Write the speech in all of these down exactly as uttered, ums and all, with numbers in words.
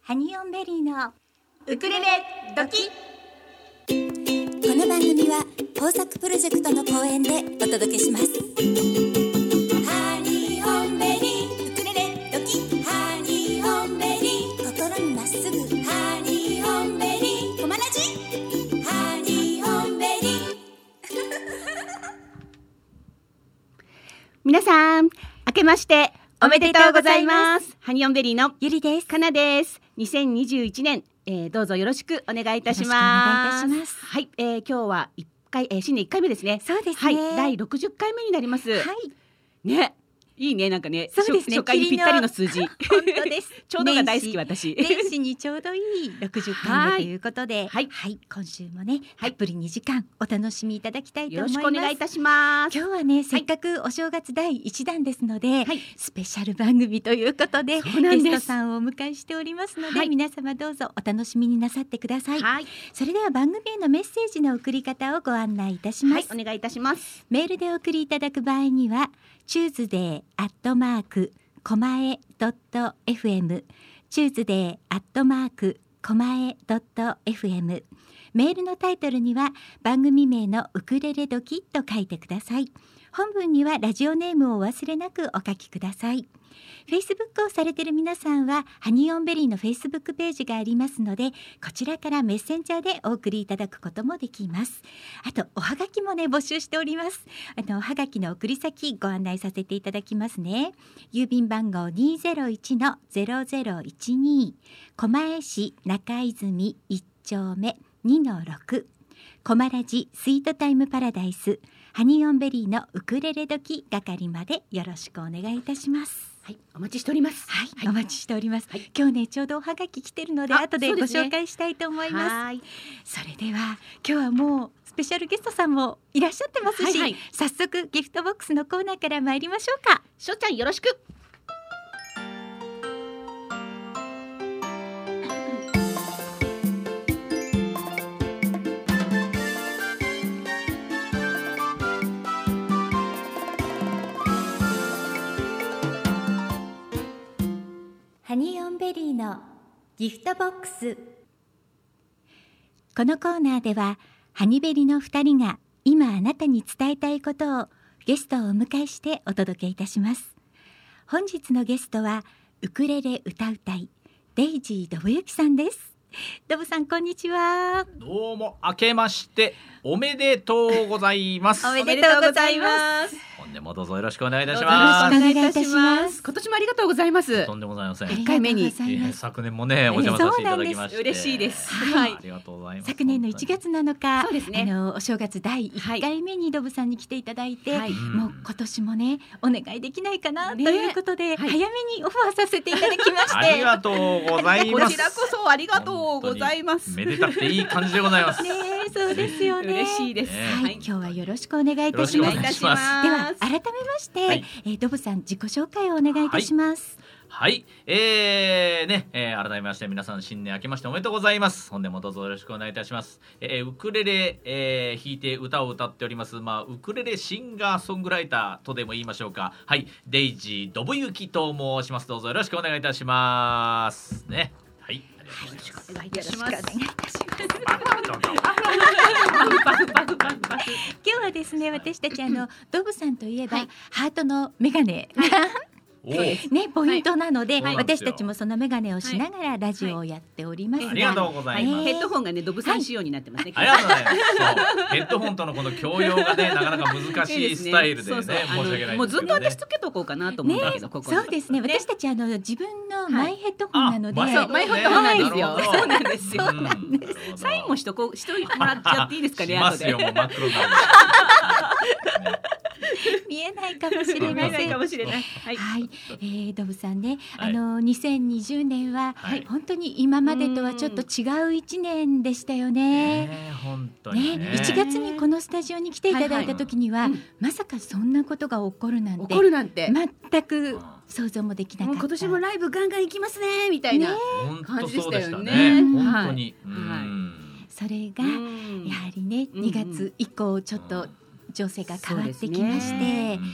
ハニオンベリーのウクレレドキ。 この番組は豊作プロジェクトの公演でお届けします。ハニオンベリーウクレレドキ。ハニオンベリー心にまっすぐ。ハニオンベリーコマラジ。ハニオンベリー皆さん明けましておめでとうございます。ハニオンベリーのゆりです。 かなです。にせんにじゅういちねん、えー、どうぞよろしくお願いいたします。 よろしくお願いいたします。 はい、えー、今日はいっかい、えー、新年いっかいめですね。 そうですね、 はい、だいろくじゅっかいめになります。 はいね、いいね、なんかね、 そうですね、 初回にぴったりの数字。 本当です。 ちょうどが大好き私。 年始にちょうどいいろくじゅっかいめということで、 はい、 はい、今週もね、たっぷりにじかんお楽しみいただきたいと思います。 よろしくお願いいたします。 今日はね、せっかくお正月だいいちだんですので、はい、スペシャル番組ということで、 そうなんです。 ゲストさんをお迎えしておりますので、 はい、 皆様どうぞお楽しみになさってください。 はい、 それでは番組へのメッセージの送り方をご案内いたします。 はい、お願いいたします。 メールでお送りいただく場合には、チューズデーアットマークコマエドットエフエム、チューズデーアットマークコマエドットエフエム、メールのタイトルには番組名のウクレレドキと書いてください。本文にはラジオネームをお忘れなくお書きください。Facebook をされている皆さんはハニオンベリーの Facebook ページがありますので、こちらからメッセンジャーでお送りいただくこともできます。あとおはがきもね募集しております。あのおはがきの送り先ご案内させていただきますね。郵便番号 にーぜろいちのゼロゼロいちに、狛江市中泉いっちょうめ にのろく、コマラジスイートタイムパラダイスハニオンベリーのウクレレ時係までよろしくお願いいたします。 はい、お待ちしております。 はい、 はい、 お待ちしております。 はい、 今日ねちょうどおはがき来てるので後でご紹介したいと思います。 はい、 それでは今日はもうスペシャルゲストさんもいらっしゃってますし、はいはい、早速ギフトボックスのコーナーから参りましょうか。 しょうちゃんよろしく。 ハニオンベリーのギフトボックス。このコーナーではハニベリのふたりが今あなたに伝えたいことをゲストをお迎えしてお届けいたします。本日のゲストはウクレレ歌うたいデイジードブユキさんです。ドブさんこんにちは。 どうも明けましておめでとうございます。 おめでとうございます。 本年もどうぞよろしくお願いいたします。 よろしくお願いいたします。 今年もありがとうございます。 とんでもございません。 いっかいめに、 えー、昨年もねお邪魔させていただきまして、 嬉しいです。 はい、 ありがとうございます。 昨年のいちがつなのか、 そうですね、 あのお正月だいいっかいめにドブさんに来ていただいて、はい、もう今年もねお願いできないかなということで、ね、はい、早めにオファーさせていただきまして、 ありがとうございます。 こちらこそありがとうございます。 めでたくていい感じでございます。 ね、そうですよね。 嬉しいです。 はい、今日はよろしくお願いいたします。 よろしくお願いします。 では改めまして、はい、えー、ドブさん自己紹介をお願いいたします。 はい、はい、えー、ね、えー、改めまして皆さん新年明けましておめでとうございます。本年もどうぞよろしくお願いいたします。えー、ウクレレ、えー、弾いて歌を歌っております、まあ、ウクレレシンガーソングライターとでも言いましょうか。はい、デイジードブユキと申します。どうぞよろしくお願いいたしますね。はい、ありがとうございます。よろしくお願いいたします。 今日はですね、私たちあのドブさんといえば、はい、ハートのメガネ、はいね、ポイントなので、はい、私たちもそのメガネをしながらラジオをやっておりますが、 はいはい、ありがとうございます。 ヘッドホンがねドブさん仕様になってますね。 はい、ありがとうございます。そうヘッドホンとのこの共用がねなかなか難しいスタイルでね、申し訳ない。 もうずっと私つけとこうかなと思うんだけど、 ね、 ここそうですね。私たちあの自分のマイヘッドホンなので、 はい、 マイヘッドホンなんですよ。そうなんですよ。サインもしとこうしてもらっちゃっていいですかね。 しますよ、もう真っ黒になる。 見えないかもしれません。 かもしれない。 はい、はい、えー、ドブさんね、はい、あのにせんにじゅうねんは、はい、本当に今までとはちょっと違ういちねんでしたよね。 ね、本当にね。 ね、いちがつにこのスタジオに来ていただいた時には、はいはい、まさかそんなことが起こるなんて、 起こるなんて全く想像もできなかった。 今年もライブガンガン行きますねみたいな感じでしたよね。 本当に。 それがやはりねにがつ以降ちょっと情勢が変わってきまして、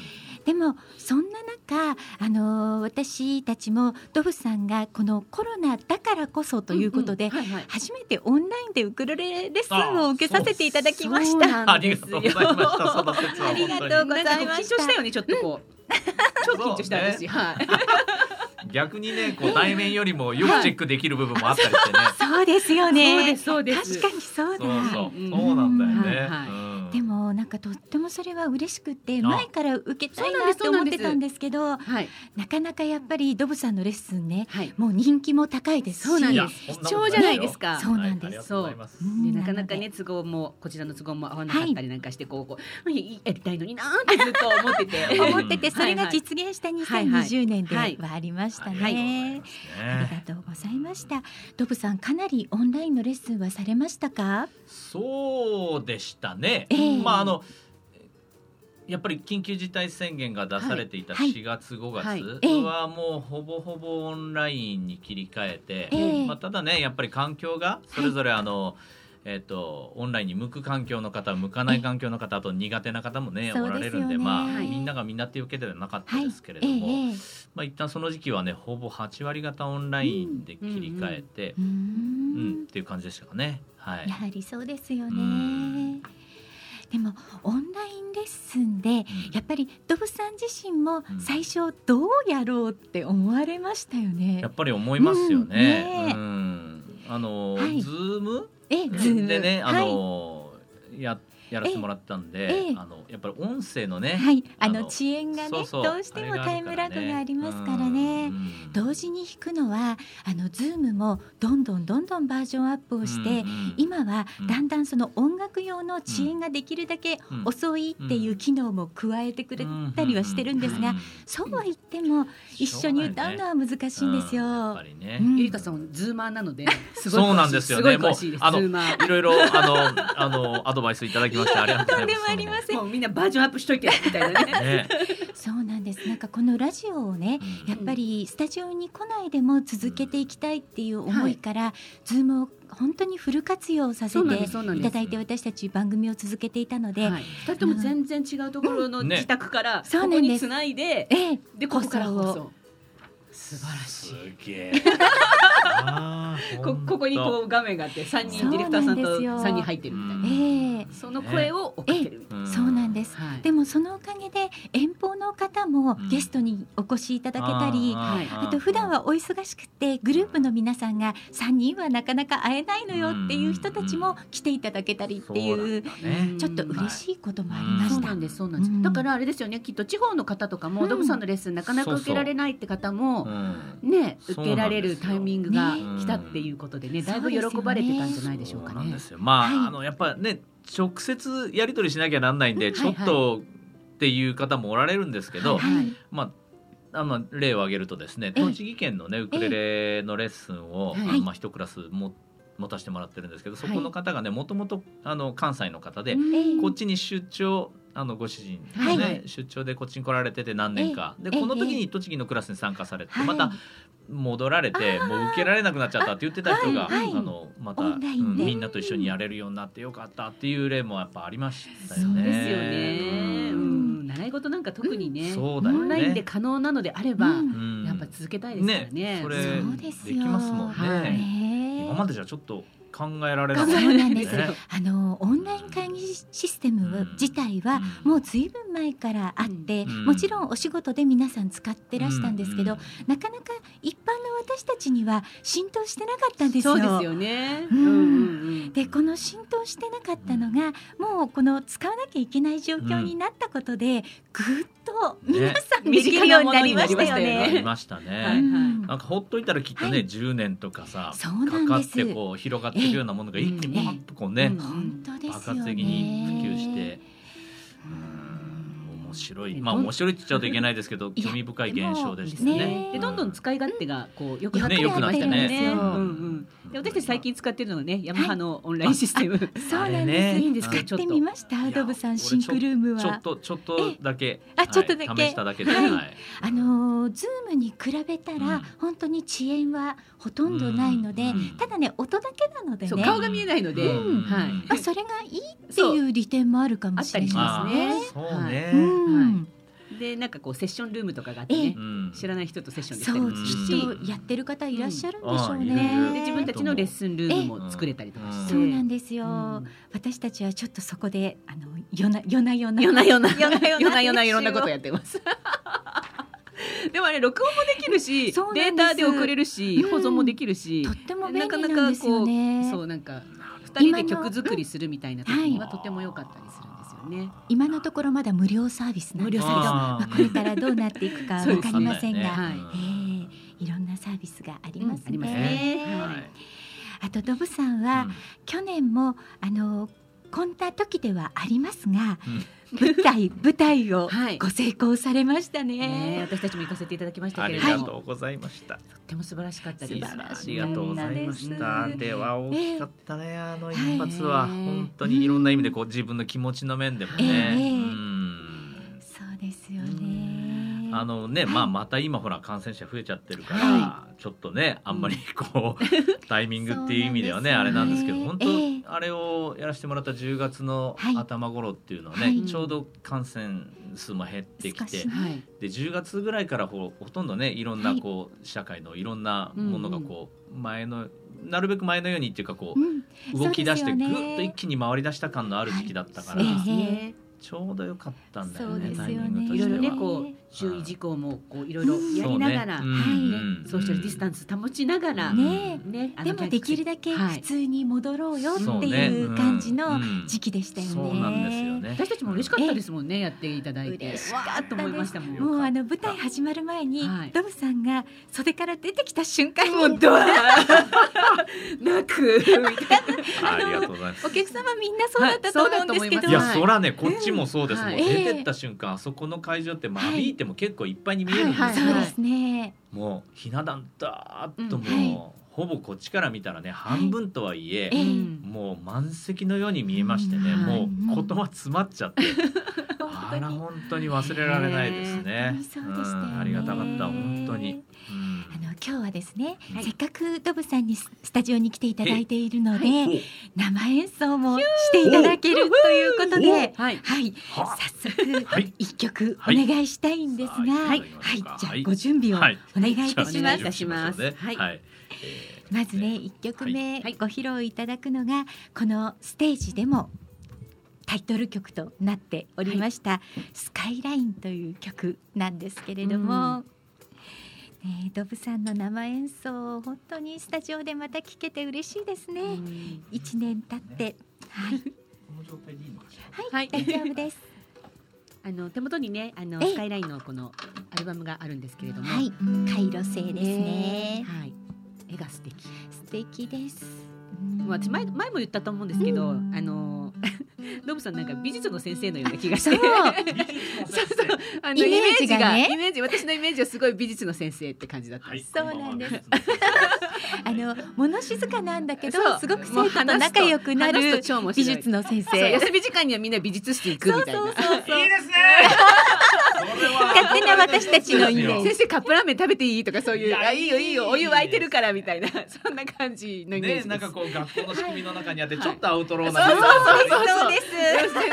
でもそんな中、あの私たちもドブさんがこのコロナだからこそということで、 うんうんはいはい、 初めてオンラインでウクレレレッスンを受けさせていただきました。 ありがとうございました。その説はありがとうございました。 緊張したよね、ちょっとこう超緊張した私、ね、はい。 逆にね、こう対面よりもよくチェックできる部分もあったりしてね。 そうですよね。 そうです、そうです。 確かにそうだ。 そうそう、そうなんだよね。 はいはいうん、でもなんかとってもそれは嬉しくて前から受けたいなって思ってたんですけど、はい、なかなかやっぱりドブさんのレッスンね、はい、もう人気も高いですし、 そうなんです。貴重じゃないですか。 そうなんです。 そう。でなかなかね都合もこちらの都合も合わなかったりなんかしてこう、こうやりたいのになってずっと思ってて思っててそれが実現したにせんにじゅうねんではありましたね。はいはいはいありがとうございました。ドブさんかなりオンラインのレッスンはされましたか？ そうでしたね、 えー、 まああのやっぱり緊急事態宣言が出されていたしがつ、ごがつはもうほぼほぼオンラインに切り替えて、えーまあ、ただねやっぱり環境がそれぞれあの、はいえー、とオンラインに向く環境の方向かない環境の方あと苦手な方もねおられるんで、まあ、みんながみんなっていうわけではなかったですけれども、はいえーまあ、一旦その時期はねほぼはちわりがたオンラインで切り替えて、うんうんうん、っていう感じでしたかね、はい、 やはりそうですよね。でもオンラインレッスンでやっぱりドブさん自身も最初どうやろうって思われましたよね。 やっぱり思いますよね。うんねうんあの、はい、ズームえズームでね、あのーはい、ややらせてもらったんで、ええ、あのやっぱり音声のね、 はい、あの遅延がねそうそうどうしてもタイムラグがありますからね、うん、同時に弾くのはあのズームもどんどんどんどんバージョンアップをして、うん、今はだんだんその音楽用の遅延ができるだけ遅いっていう機能も加えてくれたりはしてるんですが、そうは言っても一緒に歌うのは難しいんですよ。やっぱりね、うん、ゆりかさんズーマーなのですごいそうなんですよね。 もうあのいろいろあのあのアドバイスいただきましてありがとうございます。 ありません。 もうみんなバージョンアップしといてみたいなね。ねそうなんです。なんかこのラジオをね、うん、やっぱりスタジオに来ないでも続けていきたいっていう思いから、うんはい、ズームを本当にフル活用させていただいて私たち番組を続けていたので、はい、 ふたりとも全然違うところの自宅からここにつないで、うんね、でここから放送。素晴らしい。 すげえ。 こ, ここにこう画面があってさんにんディレクターさんとさんにん入ってるみたいな、えー、その声を送ってるみたいな、 えー、そうなんです、はい、でもそのおかげで遠方の方もゲストにお越しいただけたり、うん、あ, あと普段はお忙しくてグループの皆さんがさんにんはなかなか会えないのよっていう人たちも来ていただけたりっていう、うんね、ちょっと嬉しいこともありました、 うん、そうなんですそうなんです、うん、だからあれですよねきっと地方の方とかも、うん、ドブさんのレッスンなかなか受けられないって方も、うん、ね受けられるタイミングが来たっていうことでね、だいぶ喜ばれてたんじゃないでしょうかね。 そうなんですよ。まあ、はい、あのやっぱね直接やり取りしなきゃなんないんで、うん、ちょっとっていう方もおられるんですけど、はいはい、まああの例を挙げるとですね栃木県のねウクレレのレッスンを、はい、まあ一クラスも持たせてもらってるんですけど、そこの方がねもともとあの関西の方で、こっちに出張あのご主人のね、はい、出張でこっちに来られてて何年かでこの時に栃木のクラスに参加されて、また戻られてもう受けられなくなっちゃったって言ってた人が、はいはい、あのまた、うん、みんなと一緒にやれるようになってよかったっていう例もやっぱありましたよね。 そうですよね、うん、習い事なんか特にね、うん、そうだよね、オンラインで可能なのであれば、うん、やっぱ続けたいですからね、 ねそれできますもんね、はい、今までじゃちょっと考えられない。 そうなんです、ね、あのオンライン会議システム自体はもうずいぶん前からあって、うん、もちろんお仕事で皆さん使ってらしたんですけど、うん、なかなか一般の私たちには浸透してなかったんですよ。 そうですよね、 うんうんうん、でこの浸透してなかったのがもうこの使わなきゃいけない状況になったことで、ぐっと皆さんできるようになりましたよね。 ありましたね、はいはい、なんかほっといたらきっとね、はい、じゅうねんとかさかかってこう広がっていくようなものが一気にバーッとこうね、うん、爆発的に普及して、うん、面白い、まあ面白いって言っちゃうといけないですけど興味深い現象でしたね。 ねでどんどん使い勝手がこう良くなってきましたね。ね、うんうん、で私たち最近使ってるのがねヤマハのオンラインシステム、はい、 そうなんです、いいんですか。使ってみました。ドブさんシンクルームはちょっとちょっとだけ、 あちょっとだけ、 はい、試しただけで、 はいはい、 あのズームに比べたら、うん、本当に遅延はほとんどないので、うん、ただね音だけなのでね、 そう顔が見えないので、うんはい、 あそれがいいっていう利点もあるかもしれないですね。 そうね、 うんはいでなんかこうセッションルームとかがあってね、 うん、 知らない人とセッションできたりそうもするし、 きっとやってる方いらっしゃるんでしょうね、 うん、 で自分たちのレッスンルームも作れたりとかして、 そうなんですよ、うん、私たちはちょっとそこであの夜な夜な夜な夜な夜な夜な夜な夜ないろんなことやってますでもあれ録音もできるしデータで送れるし、うん、保存もできるし、 とっても便利なんですよね。 なかなかこうそうなんかふたりで曲作りするみたいな時にはとても良かったりするんですよね。 今のところまだ無料サービスなんですけど、まあ、これからどうなっていくかわかりませんが、ね、はい、えー、いろんなサービスがありますね。うん、ありますね、はい、あとドブさんは、うん、去年もあのこんな時ではありますが、うん、舞台舞台をご成功されましたね。ね、 私たちも行かせていただきましたけれども、ありがとうございました。 とっても素晴らしかったです。 ありがとうございました。では大きかったね、あの一発は、えー、本当にいろんな意味でこう自分の気持ちの面でもね、えーうん、そうですよね。 あのね、まあ、また今ほら感染者増えちゃってるから、はい、ちょっとねあんまりこう、うん、タイミングっていう意味ではねあれなんですけど、本当、えー、あれをやらせてもらったじゅうがつの頭頃っていうのはね、はい、ちょうど感染数も減ってきて、はい、でじゅうがつぐらいからほ, ほとんどねいろんなこう、はい、社会のいろんなものがこう前のなるべく前のようにっていうかこう、うん、動き出してぐっと一気に回り出した感のある時期だったから、はい、えーちょうど良かったんだよね。タイミングとしては。いろいろねこう注意事項もこういろいろやりながら、うんはいね、ソーシャルディスタンス保ちながら、 ねね、でもできるだけ普通に戻ろうよっていう感じの時期でしたよね。 そうなんですよね。 私たちも嬉しかったですもんね、やっていただいて。嬉しかったです。わーっと思いましたもん。 もうあの舞台始まる前に、はい、ドブさんが袖から出てきた瞬間にもうドワー泣くみたいな。 ありがとうございます。 お客様みんなそうだったと思うんですけど、 いやそらねこっちもそうですもん。出てった瞬間、あそこの会場って間引いても結構いっぱいに見えるんですよ、はいはいはい、そうですね。もうひな壇だーっともう、うんはい、ほぼこっちから見たらね半分とはいえ、はい、もう満席のように見えましてね、うん、もう言葉詰まっちゃって、うん、あら本当に忘れられないですね。 そうでしたよね、 うん、ありがたかった本当に、 うん、あの今日はですね、はい、せっかくドブさんにスタジオに来ていただいているので、はい、生演奏もしていただけるということで、はい、はい、早速一曲お願いしたいんですが、はい、はい、じゃあご準備をお願いいたします。 します。はい、はい、 えー、まずね一曲目ご披露いただくのがこのステージでもタイトル曲となっておりました、はい、スカイラインという曲なんですけれども、ね、ドブさんの生演奏本当にスタジオでまた聴けて嬉しいですね。いちねん経って、ね、はい、この状態でいいのかしら。はい、大丈夫です。 あの手元にねあのスカイラインのこのアルバムがあるんですけれども、 はい、カイロ製ですね。 はい、絵が素敵素敵です。 もう私前前も言ったと思うんですけど、あのノブさんなんか美術の先生のような気がして、そうそうあのイメージがイメージ私のイメージはすごい美術の先生って感じだったんです。 そうなんです。あの物静かなんだけどすごく生徒と仲良くなる美術の先生。 休み時間にはみんな美術室行くみたいな。 いいですね。 勝手な私たちのイメージ。 先生カップラーメン食べていいとかそういう、あいいよいいよお湯沸いてるからみたいなそんな感じのイメージです。 ね、なんかこう学校の仕組みの中にあってちょっとアウトローな、 そうそうそうです。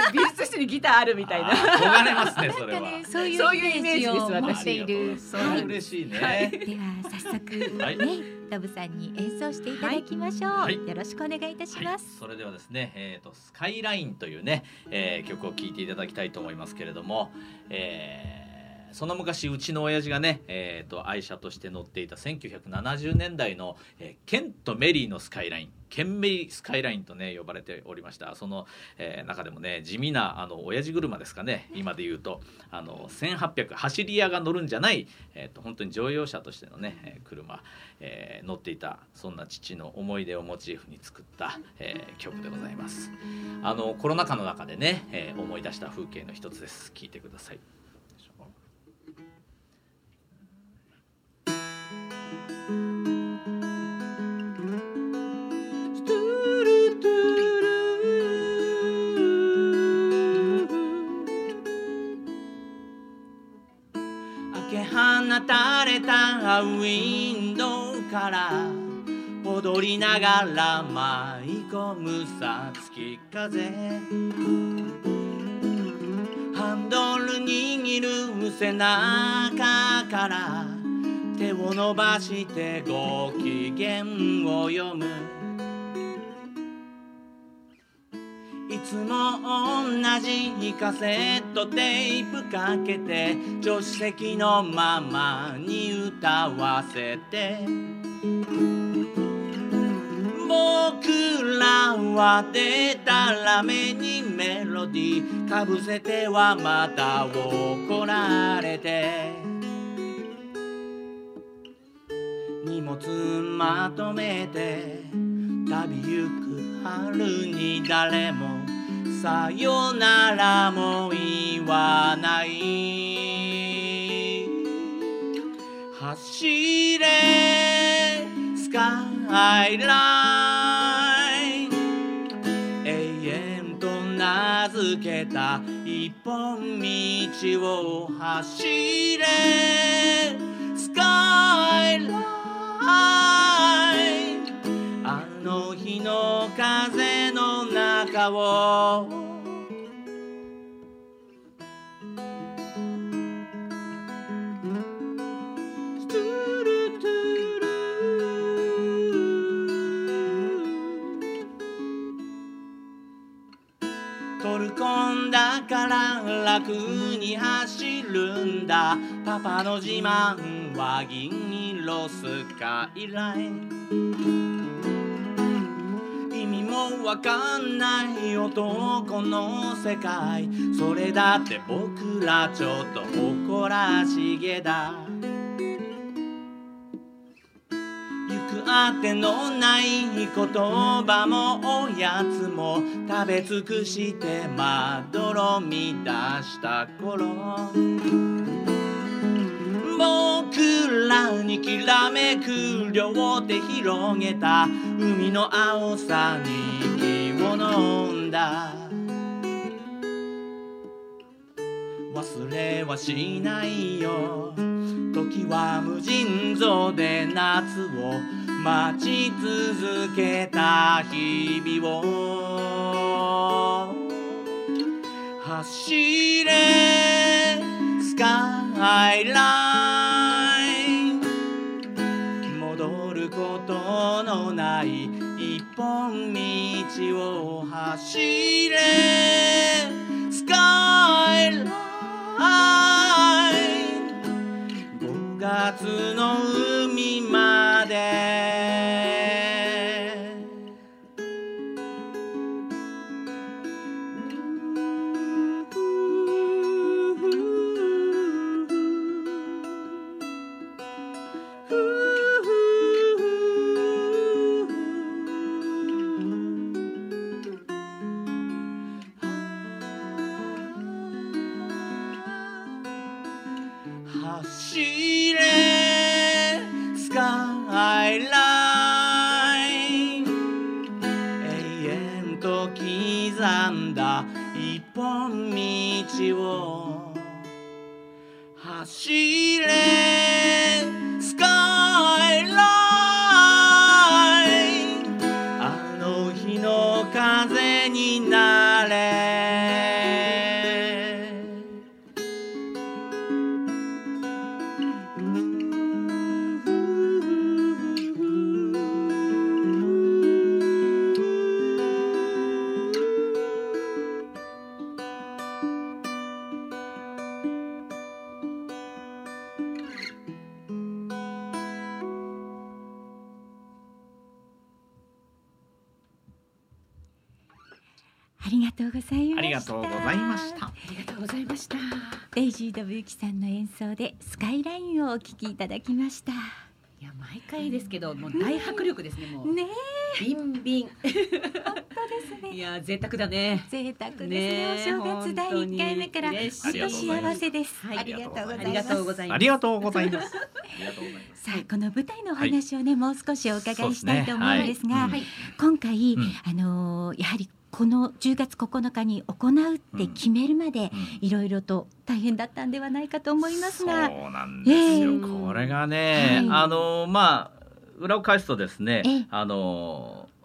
美術室にギターあるみたいな。 憧れますねそれは。 そういうイメージです私いる。 それ嬉しいね。では早速ねドブさんに演奏していただきましょう。はい、よろしくお願いいたします。はい、 それではですね、えーと、スカイラインというね、えー、曲を聴いていただきたいと思いますけれども、えーその昔うちの親父がね、えー、と愛車として乗っていたせんきゅうひゃくななじゅうねんだいの、えー、ケンとメリーのスカイライン、ケンメリースカイラインとね呼ばれておりました。その、えー、中でもね地味なあの親父車ですかね、今で言うとあのせんはっぴゃく走り屋が乗るんじゃない、えー、と本当に乗用車としてのね、えー、車、えー、乗っていたそんな父の思い出をモチーフに作った、えー、曲でございます。あのコロナ禍の中でね、えー、思い出した風景の一つです。聴いてください。開け放たれたウィンドウから踊りながら舞い込むさ月風、 ハンドル握る背中から手を伸ばしてご機嫌を読む。いつも同じカセットテープかけて助手席のママに歌わせて、僕らはでたらめにメロディーかぶせてはまた怒られて、荷物まとめて旅行く春に誰もさよならも言わない。走れスカイライン、永遠と名付けた一本道を走れスカイライン、あの日の風の中をトルコンだから楽に走るんだ。パパの自慢は銀色スカイライン、意味もわかんない男の世界、それだって僕らちょっと誇らしげだ。行くあてのない言葉もおやつも食べ尽くしてまどろみ出した頃、僕らにきらめく両手広げた海の青さに息を飲んだ。忘れはしないよ、時は無尽蔵で夏を待ち続けた日々を。走れスカイライン、戻ることのない一本道を走れスカイライン、ごがつの海まで走れスカイライン、永遠と刻んだ一本道を走れスカイライン、あの日の風になれ。 ありがとうございました。 ありがとうございました。 ありがとうございました。 デイジー・ドブユキさんの演奏でスカイラインをお聴きいただきました。 いや毎回ですけどもう大迫力ですね、もうねえビンビン本当ですね。 いや贅沢だね。 贅沢ですね。 ねお正月だいいっかいめから嬉しい本当幸せです。 はい、 ありがとうございます。 ありがとうございます。 ありがとうございます。ありがとうございます。 さあこの舞台のお話をね、はい、もう少しお伺いしたいと思うんですが、 はいはい、 今回、 うん、 あのー、やはりこのじゅうがつここのかに行うって決めるまでいろいろと大変だったんではないかと思いますが、 そうなんですよ、えー、これがね、はい、あのまあ裏を返すとですね、あの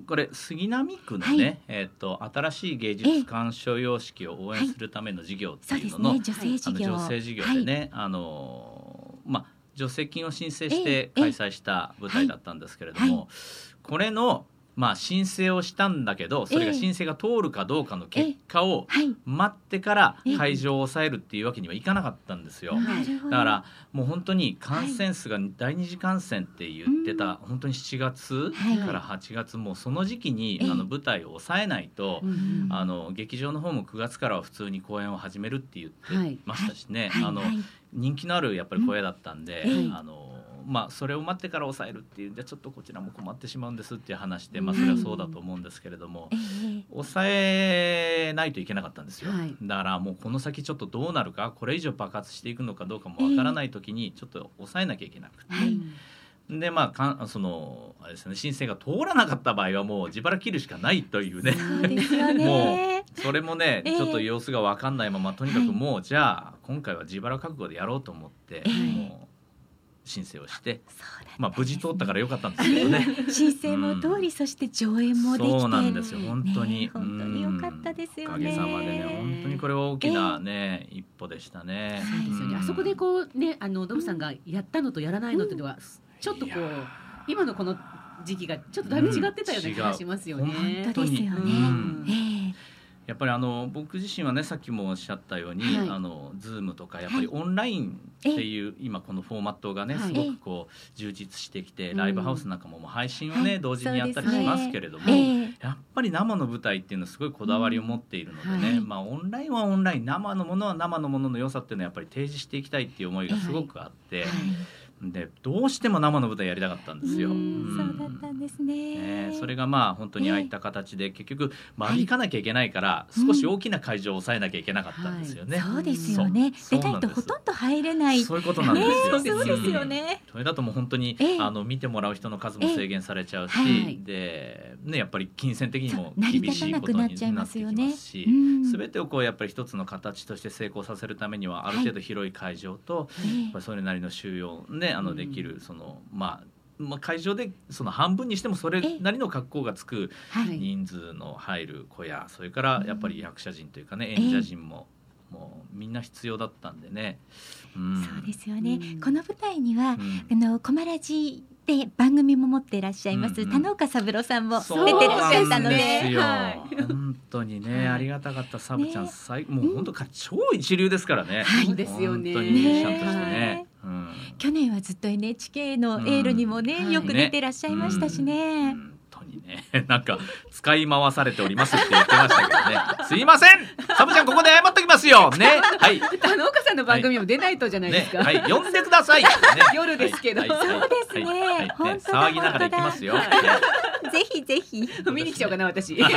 これ杉並区のね、はい、えー、と新しい芸術鑑賞様式を応援するための事業っていうのの、 はい、そうですね、女性事業、 あの女性事業でね、はい、あのまあ助成金を申請して開催した舞台だったんですけれども、はいはい、これのまあ、申請をしたんだけどそれが申請が通るかどうかの結果を待ってから会場を抑えるっていうわけにはいかなかったんですよ。だからもう本当に感染数が第二次感染って言ってた本当にしちがつからはちがつ、もうその時期にあの舞台を抑えないとあの劇場の方もくがつからは普通に公演を始めるって言ってましたしね、あの人気のあるやっぱり小屋だったんで、あのまあ、それを待ってから抑えるっていうんでちょっとこちらも困ってしまうんですっていう話で、まあ、それはそうだと思うんですけれども、うん、抑えないといけなかったんですよ、はい、だからもうこの先ちょっとどうなるかこれ以上爆発していくのかどうかもわからない時にちょっと抑えなきゃいけなくて、はい、でまあかそのあれですね、申請が通らなかった場合はもう自腹切るしかないというね、 そうですよねもうそれもね、えー、ちょっと様子が分かんないままとにかくもう、はい、じゃあ今回は自腹覚悟でやろうと思って、えー、もう申請をして、まあ、無事通ったから良かったんですけどね申請も通り、うん、そして上演もできて、 そうなんですよ本当に、 ね、本当に良かったですよね、 おかげさまでね本当にこれは大きな、ね、えー、一歩でしたね。 そうですよね、うん、あそこでこうね、あのドブさんがやったのとやらないのっていうのは、うん、ちょっとこう今のこの時期がちょっとだいぶ違ってたような気がしますよね、うん、 本当ですよね、うんえーやっぱりあの僕自身はねさっきもおっしゃったように、はい、あの Zoom とかやっぱりオンラインっていう、はい、今このフォーマットがね、はい、すごくこう充実してきて、ライブハウスなんかももう配信をね、はい、同時にやったりしますけれども、はい、やっぱり生の舞台っていうのはすごいこだわりを持っているのでね、うんはいまあ、オンラインはオンライン、生のものは生のものの良さっていうのはやっぱり提示していきたいっていう思いがすごくあって、はいはいでどうしても生の舞台やりたかったんですよ。 うん、そうだったんですね、 ねそれがまあ本当にああいった形で、えー、結局間引かなきゃいけないから、はい、少し大きな会場を抑えなきゃいけなかったんですよね、 はい、そうですよね。でないとほとんど入れない、 そういうことなんですよ、 ね、そうですよね、 うん、それだともう本当に、えー、あの見てもらう人の数も制限されちゃうし、えーはい、でね、やっぱり金銭的にも厳しいことになってきますし、すべてをこうやっぱり一つの形として成功させるためにはある程度広い会場と、はい、やっぱりそれなりの収容、ね、あのできる、うんそのまあまあ、会場でその半分にしてもそれなりの格好がつく人数の入る小屋、それからやっぱり役者陣というかね、演者陣ももうみんな必要だったんでね、 うん、そうですよね、うん、この舞台には、うん、あのコマラジで番組も持っていらっしゃいます、うんうん、田岡三郎さんも出てらっしゃったので、 はい、本当にね、ありがたかった。サブちゃん、ね、もう本当か超一流ですからね、 そうですよね、 本当にミュージシャンとしてね、 うん、去年はずっと エヌエイチケー のエールにもね、うん、よく出てらっしゃいましたしね、 うんうん本当にね、なんか使い回されておりますって言ってましたけどねすいませんサブちゃんここで謝っときますよね、はい、 田中さんの番組も出ないとじゃないですか、 はいねはい、呼んでください、ね、 夜ですけど、はいはい、 そうですね、はいはい、本当だ騒ぎながら行きますよ、はい、 ぜひぜひ見に来ちゃおうかな私ね、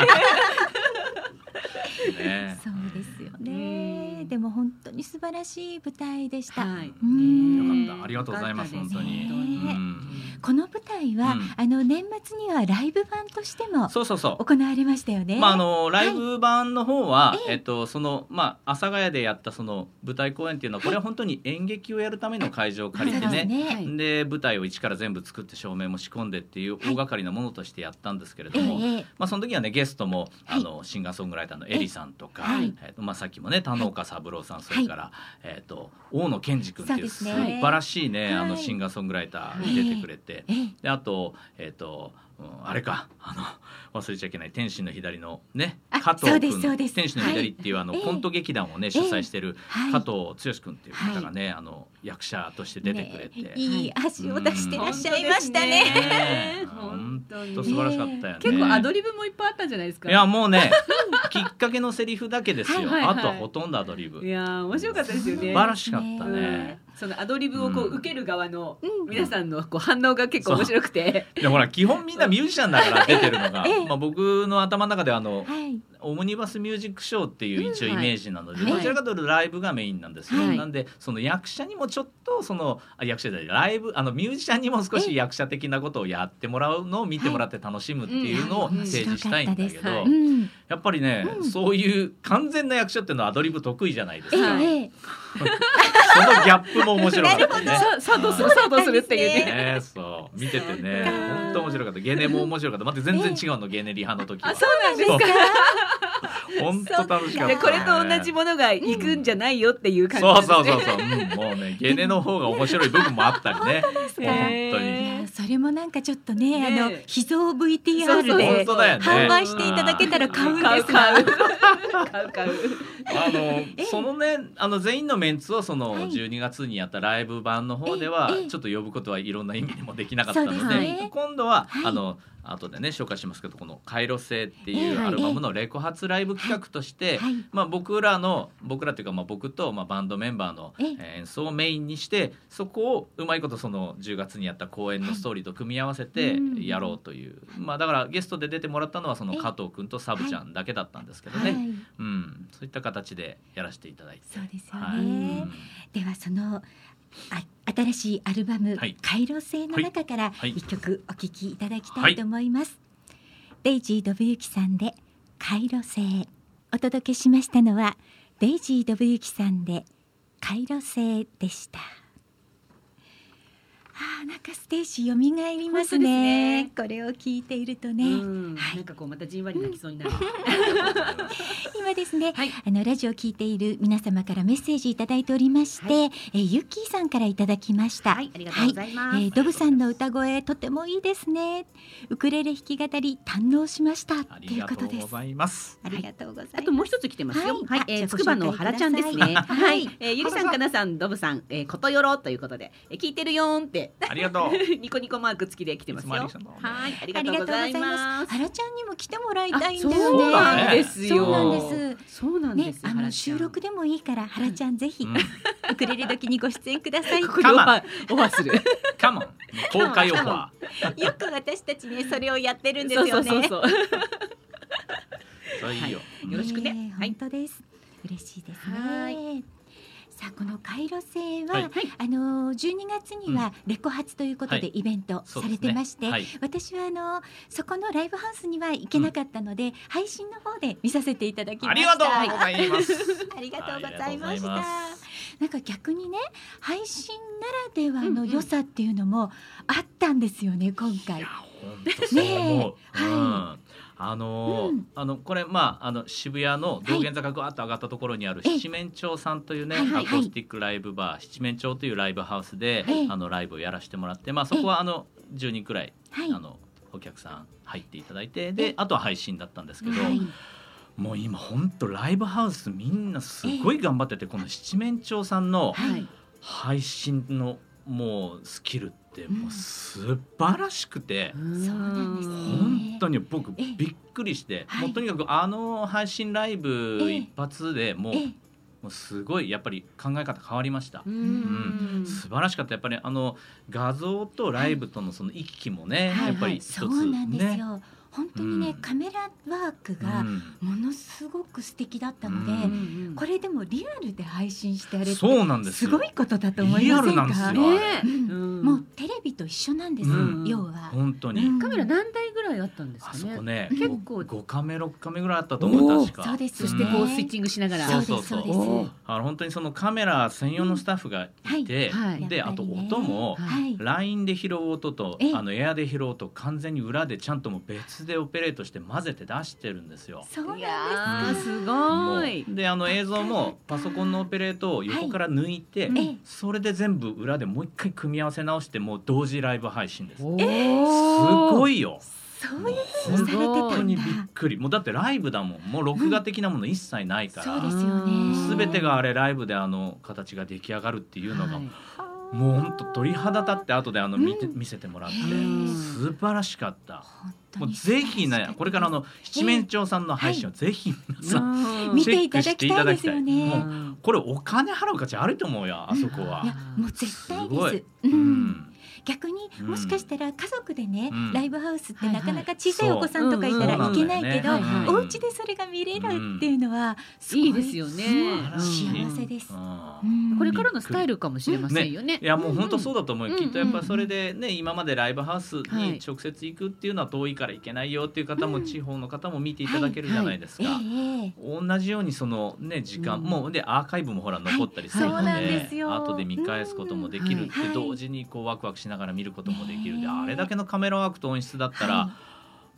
そうですよね。でも本当に素晴らしい舞台でした、 はい、 うんよかった、ありがとうございます、本当に、うん、 この舞台は、うん、あの年末にはライブ版としてもそうそうそう行われましたよね。 まあ、あのライブ版の方は、はいえっとそのまあ、阿佐ヶ谷でやったその舞台公演っていうのはこれは本当に演劇をやるための会場を借りてね、はい、で舞台を一から全部作って照明も仕込んでっていう大掛かりなものとしてやったんですけれども、はいまあ、その時はねゲストもあのシンガーソングライターのエリさんとか、はいえっとまあ、さっきもね田岡三郎さん、それから、はいえー、と大野健二君っていう素晴らしいね、あのシンガーソングライターに出てくれて、であと、えーとうん、あれかあの忘れちゃいけない天使の左のね加藤君、天使の左っていう、はい、あのコント劇団をね主催してる加藤剛君っていう方がね、はい、あの役者として出てくれて、 ね、いい足を出してらっしゃいましたね、 うん、本当に素晴らしかったよね。 結構アドリブもいっぱいあったんじゃないですか。 いやもうねきっかけのセリフだけですよ、はいはいはい、あとはほとんどアドリブ。 いや面白かったですよね。 素晴らしかったね。 そのアドリブをこう受ける側の皆さんのこう反応が結構面白くて、 でほら基本みんなミュージシャンだから出てるのが、まあ僕の頭の中ではあの、はい、 オムニバスミュージックショーっていう一応イメージなので、 うんはいどちらかというとライブがメインなんですよ、 はい、 なんでその役者にもちょっとそのあ役者じゃないライブあのミュージシャンにも少し役者的なことをやってもらうのを見てもらって楽しむっていうのを提示したいんだけど、 はいうんやっぱりね、うん、そういう完全な役者っていうのはアドリブ得意じゃないですか、 ええそのギャップも面白かったね。 さあどうするさあどうするっていうね。 ねそう見ててね本当面白かった。ゲネも面白かった。待って全然違うの、ゲネリハの時は。 あそうなんですか。 本当楽しかった、ね。 これと同じものがいくんじゃないよっていう感じなんですね。 そうそうそうそう、うん、もうねゲネの方が面白い部分もあったりね。本当に。 いやそれもなんかちょっとね、 ねあの秘蔵 ブイティーアール で本当だよね販売していただけたら買うんですが、 買う買う買うあのそのねあの全員のメンツをそのはいじゅうにがつにやったライブ版の方ではええちょっと呼ぶことはいろんな意味でもできなかったので、 そうですね今度は、 はいあの後でね紹介しますけどこの回路性っていうアルバムのレコ発ライブ企画として、 はいまあ、僕らの僕らというかまあ僕とまあバンドメンバーのえええー演奏をメインにしてそこをうまいことそのじゅうがつにやった公演のストーリーと組み合わせてうんやろうという、まあだからゲストで出てもらったのはその加藤くんとサブちゃんだけだったんですけどね、 はいうん、そういった形でやらせていただいてそうですよね、 はいうんではそのあ新しいアルバムはい 「回路性」の中からはい一曲お聴きいただきたいと思います、デイジー・ドブユキさんで「回路性」お届けしましたのはデイジー・ドブユキさんで「回路性」でした。あーなんかステージ蘇りますね。 本これを聞いているとね、 うんはいなんかこうまたじんわり泣きそうになる。 今ですね、 はいあのラジオを聞いている皆様からメッセージいただいておりまして、 はえーユッキーさんからいただきました。 はいありがとうございます。 はいえードブさんの歌声とてもいいですね。ウクレレ弾き語り堪能しましたあとりがいうこととです。 うございます。 ありがとうございます。 あともう一つ来てますよ。 はいはい、えー、 あじゃあつくばの原ちゃんですね。 ご紹介くださいははいい、えー、ゆりさん、かなさん、どぶさん、えー、ことよろということで、えー、聞いてるよーんってありがとう。 ニコニコマーク付きで来てますよ。 いつもありがとうはい、ありあがとうございす。 ます。 原ちゃんにも来てもらいたいんあだよね。 そうなんですよ。 そうなんです。 そうなんです。 ね、あの原ちゃん収録でもいいから原ちゃんぜひ、 うんウクレレ時にご出演ください。 ここでオファーオファーする。 カモン公開オファー。 よく私たちねそれをやってるんですそうよね。 そうそうそう。 それいいよ。 はいよろしくねねはい本当です。嬉しいですはね。さあこの回路性は、 はいあのじゅうにがつにはレコ発ということはいでイベントされてまして、 そうですね私はあのそこのライブハウスには行けなかったので、配信の方で見させていただきました。 ありがとうございます。 ありがとうございました。 ありがとうございますなんか逆にね配信ならではの良さっていうのもあったんですよね今回。 いや本当そう思う。 ねえうんあのーうんあのこれまああの渋谷の道玄坂がわっと上がったところにあるええ七面鳥さんというね、 はいはいはいアコースティックライブバー七面鳥というライブハウスで、 ええあのライブをやらせてもらってまあそこはあのじゅうにんくらい、 はいあのお客さん入っていただいてであとは配信だったんですけど、 はいもう今本当ライブハウスみんなすごい頑張ってて、この七面鳥さんのはい。 配信のもうスキルってもう素晴らしくて、 そうなんですね本当に僕ええびっくりして、 はいもうとにかくあの配信ライブええ一発でもう,、 ええもうすごいやっぱり考え方変わりました。 ううんん。 素晴らしかった。やっぱりあの画像とライブとのその行き来もね、 はいやっぱり一つそうなんですね。 よ。本当にね、 うんカメラワークがうんものすごく素敵だったので、 うんこれでもリアルで配信してあれってそうなんですよすごいことだと思いリアませんか。 ルなんですよ、 ねあれうんうんもうテレビと一緒なんです、 うん要は。 本当に、 うんカメラ何台ぐらいあったんですかね。 あそこね結構。 ごカメろっカメぐらいあったと思う確か。 そうですねそしてこうスイッチングしながら。 そうそうですそうです。 おーあの本当にそのカメラ専用のスタッフがいて、 うんはいであとやっぱりね音もはい。 ラインで拾う音とええあのエアで拾う音完全に裏でちゃんともう別でオペレートして混ぜて出してるんですよ。 そうなんいです。 やーすもごい。 うであの映像もパソコンのオペレートを横から抜いて、 ええそれで全部裏でもう一回組み合わせ直してもう同時ライブ配信です。すおーごいよ。 そういうふうにされてた本当んだ。 にびっくり。もうだってライブだもん。もう録画的なもの一切ないから。 そうですよね。 すべてがあれライブであの形が出来上がるっていうのが、 はいもう本当鳥肌立って後であの見て、見せてもらってうん素晴らしかった。 本当にもうぜひねこれからあの七面鳥さんの配信をぜひ皆さん、 うん見ていただきたいですよね。 もうこれお金払う価値あると思うよあそこは。 いやもう絶対すごいです。 ううんん逆にもしかしたら家族でね、 うん、 ライブハウスってはいはいなかなか小さいお子さんとかいたらいけないけど、 うんうんうん、 お家でそれが見れるっていうのはすごいいいですよね、 うん、幸せです、 うん、 うんこれからのスタイルかもしれませんよね。 ね、いやもう本当そうだと思う、 うん、 きっとやっぱそれでね、今までライブハウスに直接行くっていうのは遠いから行けないよっていう方も、地方の方も見ていただけるじゃないですか、 はいはい、 同じようにそのね時間、 うん、 もうでアーカイブもほら残ったりするので、 はい、 後で見返すこともできるって、 うん、 同時にこうワクワクしながら見ることもできるで、あれだけのカメラワークと音質だったら、はい、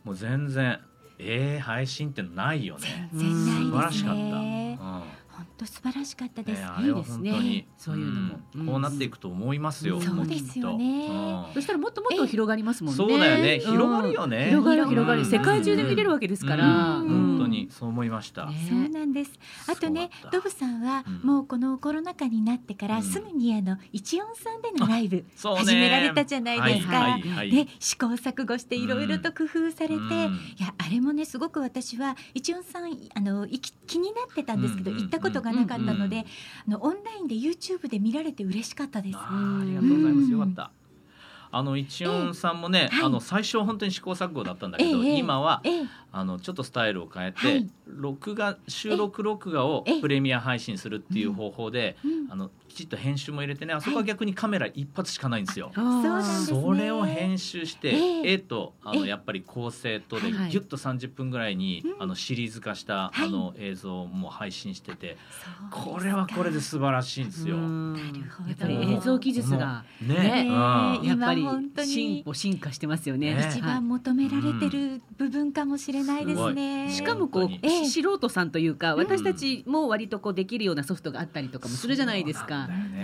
もう全然えー、配信ってないよね。 全然ないですね。 素晴らしかった、うん、 本当素晴らしかったです、 ね、あれは本当にいいですね、 そういうのも、 うん、こうなっていくと思いますよ、 うん、そうですよね、 うん、 そしたらもっともっと広がりますもんね。 そうだよね、広がるよね、 広がる広がる、世界中で見れるわけですから、 うんうん、本当にそう思いました、 ね、そうなんです。あとね、ドブさんはもうこのコロナ禍になってからすぐにあの一音さんでのライブ始められたじゃないですか、 はいはいはい、 で試行錯誤していろいろと工夫されて、うん、いやあれもねすごく私は一音さんあの気になってたんですけど、うん、行ったことがなかったので、うん、あのオンラインで YouTube で見られて嬉しかったです。 あ, ありがとうございます、よかった。あの一音さんもね、えーはい、あの最初は本当に試行錯誤だったんだけど、えー、今は、えー、あのちょっとスタイルを変えて、はい、録画収録録画をプレミア配信するっていう方法で、えー、あのきちっと編集も入れてね、あそこは逆にカメラ一発しかないんですよ、はい、それを編集して、えー、絵とあのやっぱり構成とでギュッとさんじゅっぷんぐらいに、はい、あのシリーズ化した、はい、あの映像も配信してて、これはこれで素晴らしいんですよ。 なるほど、 やっぱり映像技術がね、ね、うん、やっぱり進歩進化してますよね。 一番求められてる部分かもしれないですね、 うん、しかもこう、えー、素人さんというか、私たちも割とこうできるようなソフトがあったりとかもするじゃないですか。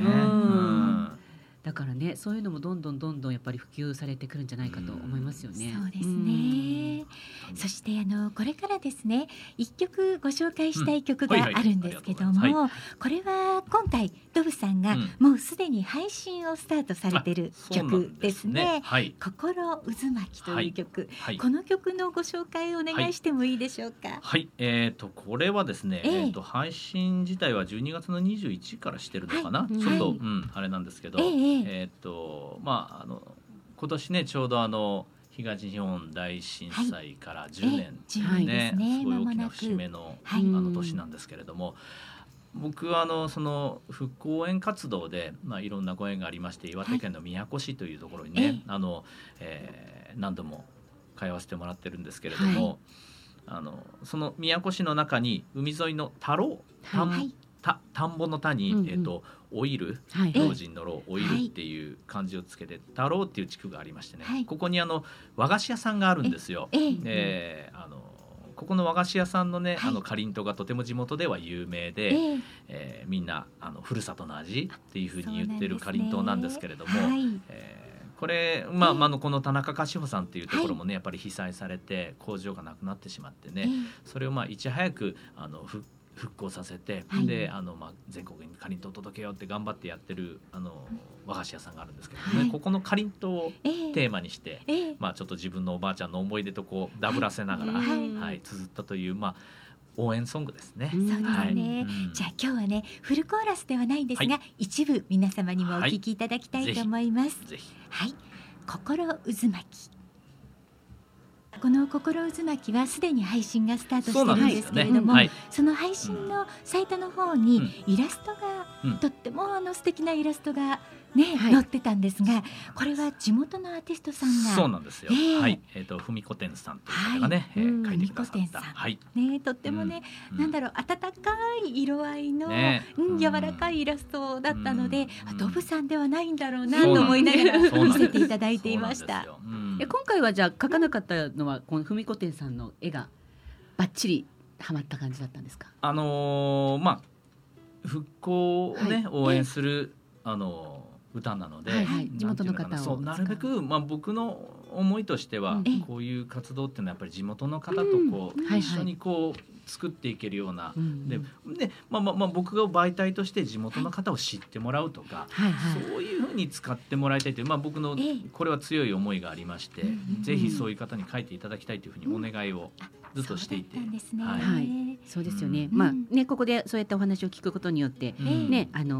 だからね、そういうのもどんどんどんどんやっぱり普及されてくるんじゃないかと思いますよね。 そうですね。そしてあのこれからですね、一曲ご紹介したい曲があるんですけども、これは今回ドブさんがもうすでに配信をスタートされている曲ですね。はい、心渦巻きという曲、はいはい、この曲のご紹介をお願いしてもいいでしょうか。はい、 はい、えーとこれはですね、えー、えーと配信自体はじゅうにがつのにじゅういちにちからしてるのかな、はい、ちょっと、はい、うん、あれなんですけど、えーえーとまあ、あの今年ねちょうどあの東日本大震災からじゅうねん、はいねね、すごい大きな節目の、はい、あの年なんですけれども、僕はあのその復興応援活動で、まあ、いろんなご縁がありまして、岩手県の宮古市というところにね、はい、あのえー、何度も通わせてもらってるんですけれども、はい、あのその宮古市の中に海沿いの田老、田ん、はい、た田んぼの田に、うんうん、えーとオイル、はい、老人の老、オイルっていう漢字をつけて田老っていう地区がありましてね、はい、ここにあの和菓子屋さんがあるんですよ。えええー、あのここの和菓子屋さんのね、はい、あのかりんとうがとても地元では有名で、えええー、みんなあのふるさとの味っていうふうに言ってるかりんとうなんですけれども、はい、えー、これ、まあ、まあのこの田中菓子舗さんっていうところもね、はい、やっぱり被災されて工場がなくなってしまってね、え、それをまあいち早くあの復復興させて、はい、であの、まあ、全国にかりんとうを届けようって頑張ってやってるあの和菓子屋さんがあるんですけどね、はい、ここのかりんとうをテーマにして、えーまあ、ちょっと自分のおばあちゃんの思い出とこうダブらせながら、はいはい、綴ったという、まあ、応援ソングですね。 そうですね、はい、うん、じゃあ今日はねフルコーラスではないんですが、はい、一部皆様にもお聞きいただきたいと思います。はい、ぜひ、はい、心渦巻き。この心渦巻きはすでに配信がスタートしてるんですけれども、 そ,、ね、はい、その配信のサイトの方にイラストが、うん、とってもあの素敵なイラストがね、はい、載ってたんですが、これは地元のアーティストさんが、 そうなんですよ、えーはい、えーとふみこ店さんという方がね、はい、えー、書いてくださった、はい、 ね、とってもね、うん、なんだろう、温かい色合いの、ね、うん、柔らかいイラストだったので、うん、ドブさんではないんだろうなと思いながら見せていただいていました。 うん、今回はじゃあ描かなかったのはこのふみこ店さんの絵がバッチリはまった感じだったんですか。 あのー、まあ復興をね、はい、応援する、あのー歌なので、はいはい、 地元の方をそうなるべく、まあ、僕の思いとしては、うん、こういう活動っていうのはやっぱり地元の方とこう、うん、一緒にこう作っていけるような、うん、でで、まあまあまあ、僕が媒体として地元の方を知ってもらうとか、はいはい、そういうふうに使ってもらいたいという、まあ、僕のこれは強い思いがありまして、うん、ぜひそういう方に書いていただきたいというふうにお願いをずっとしていて、 そうはいはい、そうですよね、うん、まあね、ここでそうやってお話を聞くことによって、うん、ね、あの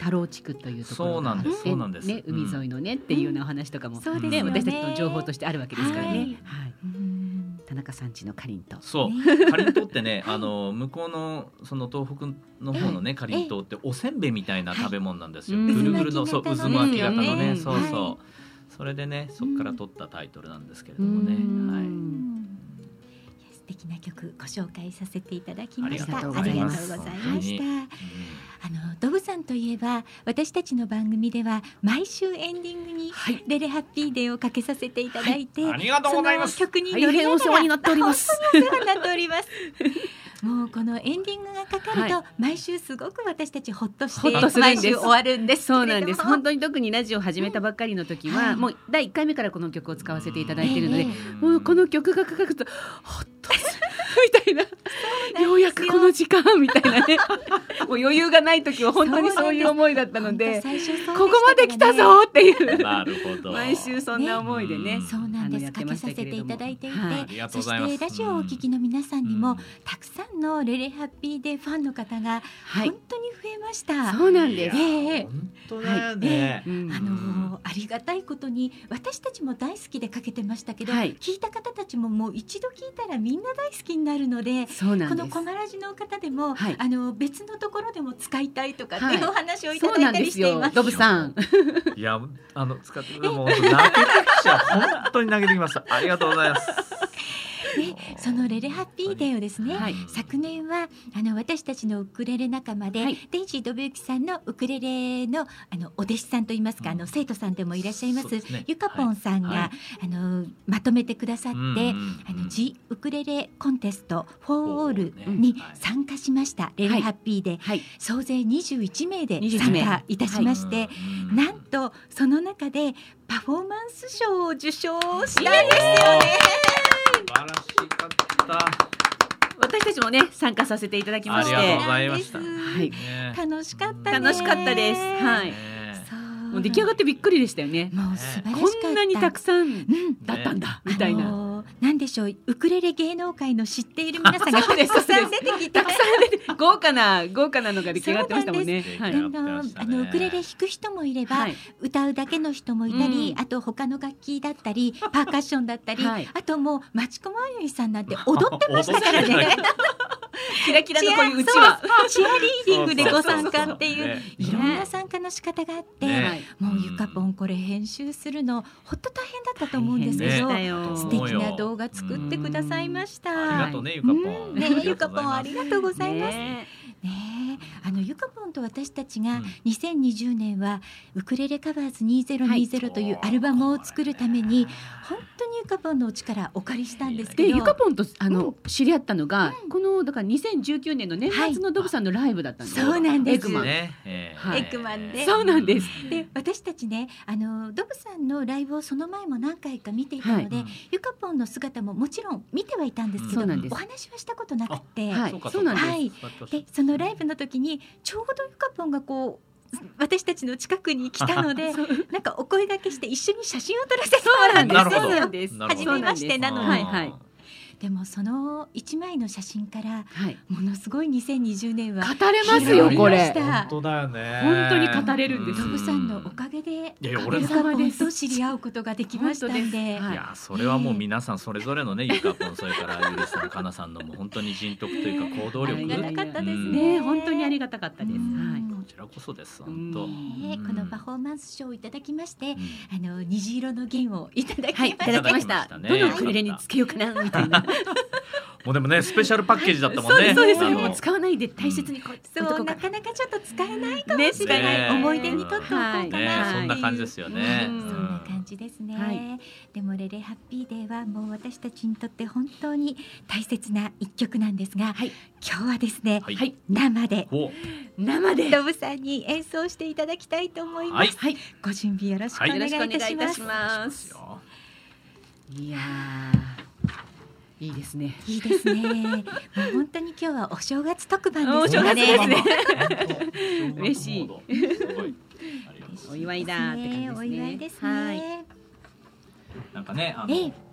太郎地区というところがあって、 そうなんです、 ね、海沿いのねっていうようなお話とかも、 そうですよね、 ね、 私たちの情報としてあるわけですからね。 はいはい、 うん田中さんちのかりんとう。 そう、 ねかりんとうってね、あの向こうのその東北の方のねかりんとうっておせんべいみたいな食べ物なんですよ。 はいぐるぐるのそう渦巻き型のね、 うんそうそう、 はいそれでねそこから取ったタイトルなんですけれどもね、 うんはい。 素敵な曲ご紹介させていただきました。 ありがとうありがございますとうございました。 本あのドブさんといえば私たちの番組では毎週エンディングにはいレレハッピーデーをかけさせていただいて、 ありがとうございますその曲に乗大りながら変お世話になっております。 お世話になっております。もうこのエンディングがかかると、 は毎週すごく私たちほっとしてほっとするんです毎週終わるんですけれども。 そうなんです。本当に特にラジオを始めたばっかりの時は、 はいもうだいいっかいめからこの曲を使わせていただいているので、 ええもうこの曲がかかるとほっとするみたいな、ようやくこの時間みたいなね。もう余裕がない時は本当にそういう思いだったので、 本当最初そうでしたここまで来たからね。 ぞっていう。 なるほど。 毎週そんな思いでね、 ねそうなんです。 あのやってまかけさせしたけれどもていただいていて、 はいありがとそうございますしてラジオをお聞きの皆さんにも、 うんたくさんのレレハッピーデーファンの方がはい本当に増えました。 そうなんです。 いやええ本当だよね。 うんあのーありがたいことに私たちも大好きでかけてましたけど、 はい聞いた方たちももう一度聞いたらみんな大好きになるので、 そうなんです。 このコマラジの方でも、 はいあの別のところでも使いたいとかってはいいうお話をいたそうだたないんですよりしていま。す。 ドブさん。 いやあの使ってくれもう泣けてきちゃう本当に泣けてきました。ありがとうございます。 ね、そのレレハッピーデーをですね、 はい昨年はあの私たちのウクレレ仲間で、 はいデイジー・ドブユキさんのウクレレのあのお弟子さんといいますか、 うんあの生徒さんでもいらっしゃいますそうですねゆかぽんさんが、 はいはいあのまとめてくださって、 うんうんあのジ・ウクレレコンテストフォーオールうんにはい参加しました、レレハッピーデー、 はい。 総勢にじゅういちめいでにじゅういち参名加いたしまして、 うんなんとその中でパフォーマンス賞を受賞したんですよね。 素晴らしかった。 私たちもね参加させていただきまありして、 がとうございました。 そうはい。 ね楽しかったね。 楽しかったです。はい。 ねそうもう出来上がってびっくりでしたよね。 もう素晴らしかこった。 んなにたくさんうんだったんだみたいな。 あのーなんでしょう、ウクレレ芸能界の知っている皆さんがそうですたくさん出てきて、 たくさん出て豪華な豪華なのが出来上がってましたもんね。 そうはい。 なんですあのあのウクレレ弾く人もいれば、 はい。 歌うだけの人もいたり、 うんあと他の楽器だったりパーカッションだったり、 はいあともう町子まゆいさんなんて踊ってましたからね。 キラキラのこういううちわ。 チアリーディングでご参加っていうそうそうそうねいろんな参加の仕方があって、 ねはい。 もうゆかぽんこれ編集するのほんと大変だったと思うんですけど、 大変でしたよ素敵な動画作ってくださいました。 ありがとうねゆかぽん。 うんねゆかぽんありがとうございます。 ねねえ、あのゆかぽんと私たちがうんにせんにじゅうねんはウクレレカバーズにせんにじゅうというアルバムを作るために本当にゆかぽんのお力お借りしたんですけど、 でゆかぽんとあの知り合ったのがこのだからにせんじゅうきゅうねんの年末のドブさんのライブだったんですよ。 そうなんですエグマン。 ねえーはいエッグマンでそうなんです。 で私たちねあのドブさんのライブをその前も何回か見ていたので、 はいゆかぽんの姿ももちろん見てはいたんですけど、 そうなんですお話はしたことなくて、 はいそうかそうなんですはいでそのライブの時にちょうどゆかぽんがこう私たちの近くに来たのでなんかお声掛けして一緒に写真を撮らせてもらうんですなるほどよそうなんです。 なるほど初めましてなのにはいはいでもその一枚の写真からはい。 ものすごいにせんにじゅうねんは語れますよこれ。 た本当だよね。 本当に語れるんですドブさんのおかげでいやいや俺ゆかぽんと知り合うことができましたん本当でですはいいやそれはもう皆さんそれぞれのねゆかぽんそれからゆりさんかなさんのもう本当に人徳というか行動力ありがたかったですうんねね本当にありがたかったです。 うんはい。 こちらこそです本当。 うんねこのパフォーマンス賞をいただきましてうんあの虹色の弦をいただきはい、いましたただきました。 いただきましたねどのウクレレにつけようかなみたいな。 もうでもねスペシャルパッケージだったもんね。 そうですそうです。 あのもう使わないで大切にこうそう男がなかなかちょっと使えないかもねしれない、 ね思い出にとっておこうかな、 はいねはいそんな感じですよね。 うんそんな感じですね、 はいでもレレハッピーデーはもう私たちにとって本当に大切な一曲なんですが、 はい今日はですね、 はいはい生でほ生で。 ドブさんに演奏していただきたいと思います、 はいはい。 ご準備よろしくおはい願いいよろしくお願たします、 いいたします。 よいやーいいですね。 いいですねもう本当に今日はお正月特番おですよね正月ですね本当嬉しいすごいありがとうございますお祝いだーって感じですね。 お祝いですね、 はい。 なんかねあええの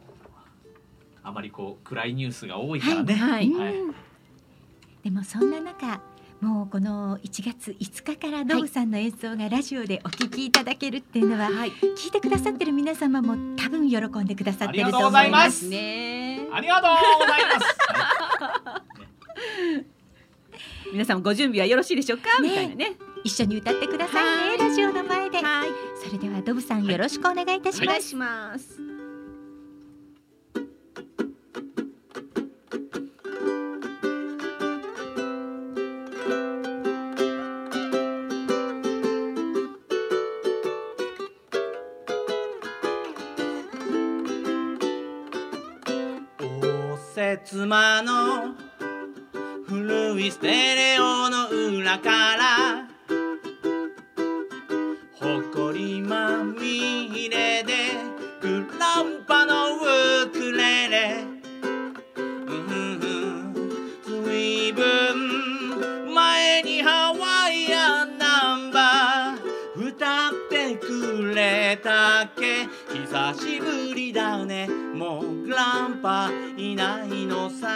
あまりこう暗いニュースが多いからね。 はい。 うんでもそんな中もうこのいちがついつかからドブさんの演奏がラジオでお聞きいただけるっていうのは、はい、聞いてくださってる皆様も多分喜んでくださってると思いますね。 ありがとうございます皆さんもご準備はよろしいでしょうか、 ね、 みたいなね。 一緒に歌ってくださいね、ラジオの前で。はい、それではドブさん、よろしくお願いいたします。 お願いします。 妻の古いステレオの裏からほこりまみれでグランパのウクレレ、うん、ずいぶん前にハワイアンナンバー歌ってくれたっけ。久しぶりだね、もうグランパいないのさ。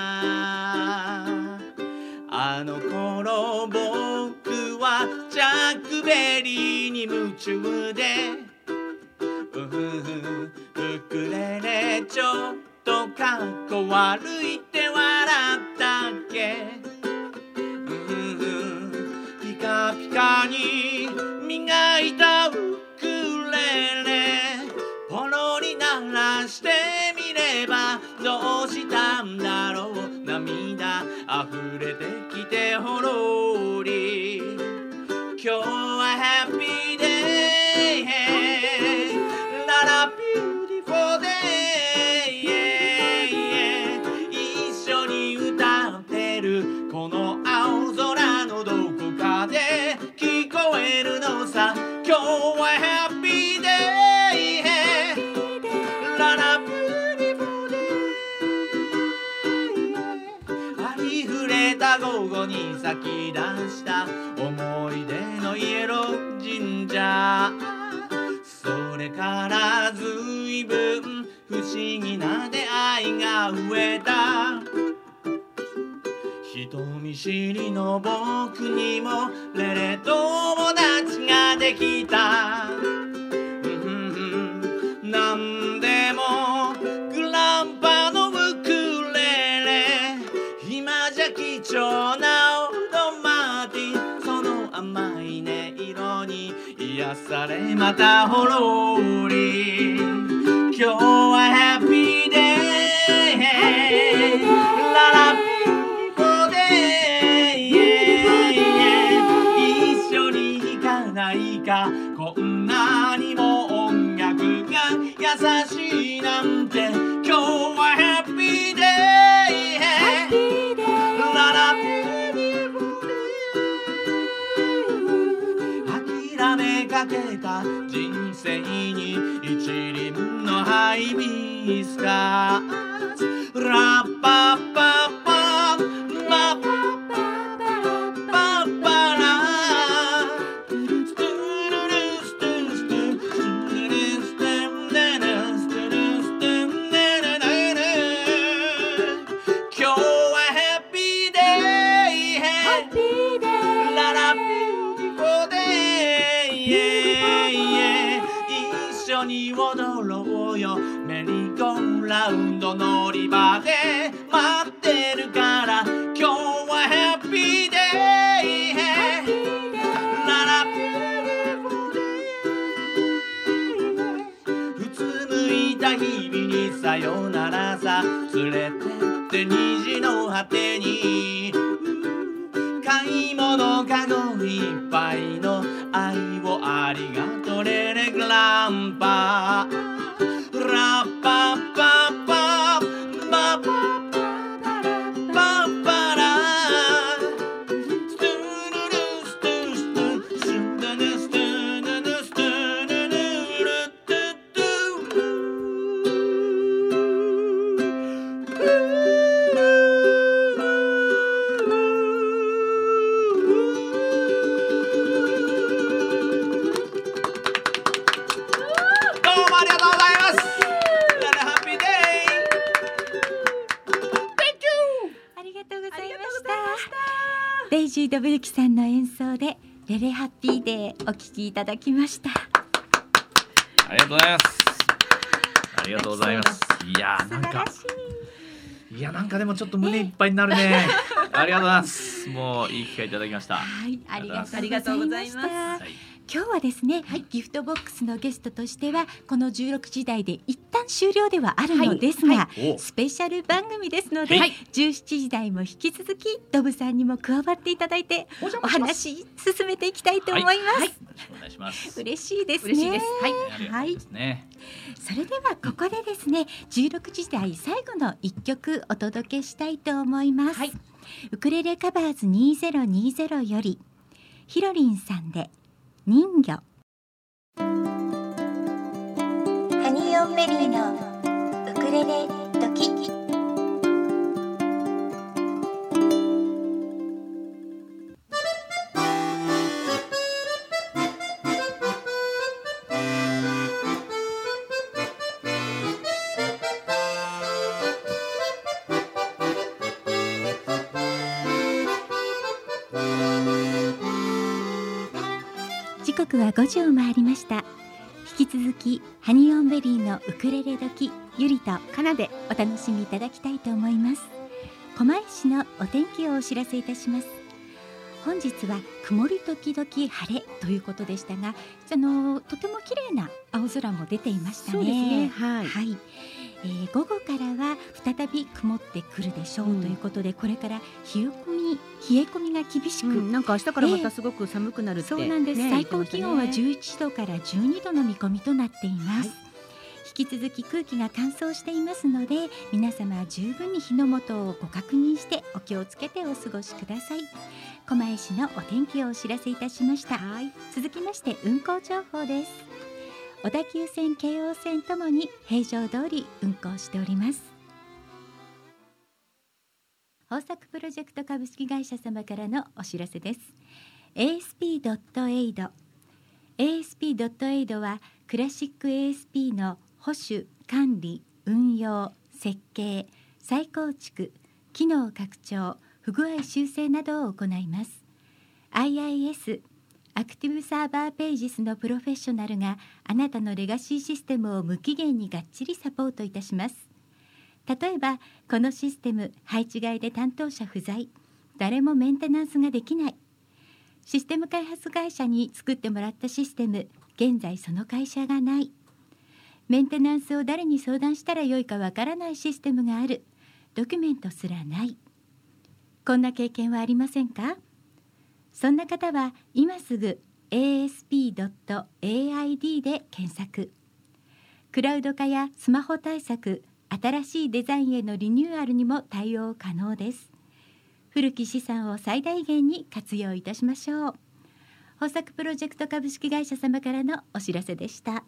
あの頃僕はジャックベリーに夢中で、うふふウクレレちょっとかっこ悪いって笑ったっけ。うふふピカピカに磨いたウクレレポロに鳴らしてみればどうしたんだろう。涙溢れてきてほろり。今日はハッピーデイならビューティフォーデイ、一緒に歌ってるこの青空のどこかで聞こえるのさ。今日はハッピーデイならビューティフォーデイ、ありふれた午後に咲き出した思い出のイエロー神社。それからずいぶん不思議な出会いが増えた。人見知りの僕にもレレ友達ができた。なんでもグランパのウクレレ今じゃ貴重なオードマティン、その甘い音色に癒されまたほろり。今日はハッピーデイララビューティフォーデイ、一緒に行かないか。こんなにも音楽が優しいなんて。今日はハッピーデイララビューティフォーデイ、諦めかけた人生に一輪のハイビスカス。ラッパッパッパッラッパッパッパッパラストゥルルストゥストゥストゥルストゥンデルストゥルストゥンデルデル。今日はハッピーデイララビューティフォーデイ、一緒に踊ろうよ。メリーゴーラウンド乗り場で待ってるから。今日はハッピーデイララビューティフォーデイ、うつむいた日々にさよならさ。連れてって虹の果てに買い物かごいっぱいの愛をありがとうレレグランパラッパッパッパッパッパッパッパラストゥルルストゥストゥスゥダヌストゥヌヌストゥヌヌルトゥトゥ。 デイジー・ドブユキさんの演奏でレレハッピーデーお聴きいただきました。 ありがとうございます。ありがとうございます。いやーなんかいやなんかでもちょっと胸いっぱいになるね。ありがとうございます。もういい機会いただきました。 はい、ありがありがとうございます。 はい、 今日はですね、はい、ギフトボックスのゲストとしてはこのじゅうろくじ台で一旦終了ではあるのですが、はいはい、スペシャル番組ですので、はい、じゅうしちじ台も引き続きドブさんにも加わっていただいてお話進めていきたいと思います。はいはい、よろしくお願いします。嬉しいですね。嬉しいです。はい、はい、それではここでですね、じゅうろくじ台最後のいっきょくお届けしたいと思います。はい、ウクレレカバーズにせんにじゅうよりひろりんさんで人魚。 ハニーオンベリーのウクレレ時。 時刻はごじを回りました。引き続きハニーオンベリーのウクレレ時、ゆりとかなでお楽しみいただきたいと思います。狛江市のお天気をお知らせいたします。本日は曇り時々晴れということでしたが、あのとても綺麗な青空も出ていましたね。 そうですね、はい、 はい、えー、午後からは再び曇ってくるでしょう、うん、ということでこれから冷え込み冷え込みが厳しく、うん、 なんか明日からまたすごく寒くなるって、 えー、そうなんです、ね、最高気温はじゅういちどからじゅうにどの見込みとなっています。はい、引き続き空気が乾燥していますので皆様十分に火の元をご確認してお気をつけてお過ごしください。狛江市のお天気をお知らせいたしました。はい、続きまして運行情報です。小田急線、京王線ともに平常通り運行しております。豊作プロジェクト株式会社様からのお知らせです。 エーエスピードットエイド エーエスピードットエイド はクラシック エーエスピー の保守、管理、運用、設計、再構築、機能拡張、不具合修正などを行います。 アイアイエス アクティブサーバーページスのプロフェッショナルがあなたのレガシーシステムを無期限にがっちりサポートいたします。例えばこのシステム配置外で担当者不在、誰もメンテナンスができない、システム開発会社に作ってもらったシステム現在その会社がない、メンテナンスを誰に相談したらよいかわからないシステムがある、ドキュメントすらない、こんな経験はありませんか？そんな方は今すぐ エーエスピードットエーアイディー で検索。クラウド化やスマホ対策、新しいデザインへのリニューアルにも対応可能です。古き資産を最大限に活用いたしましょう。豊作プロジェクト株式会社様からのお知らせでした。はい、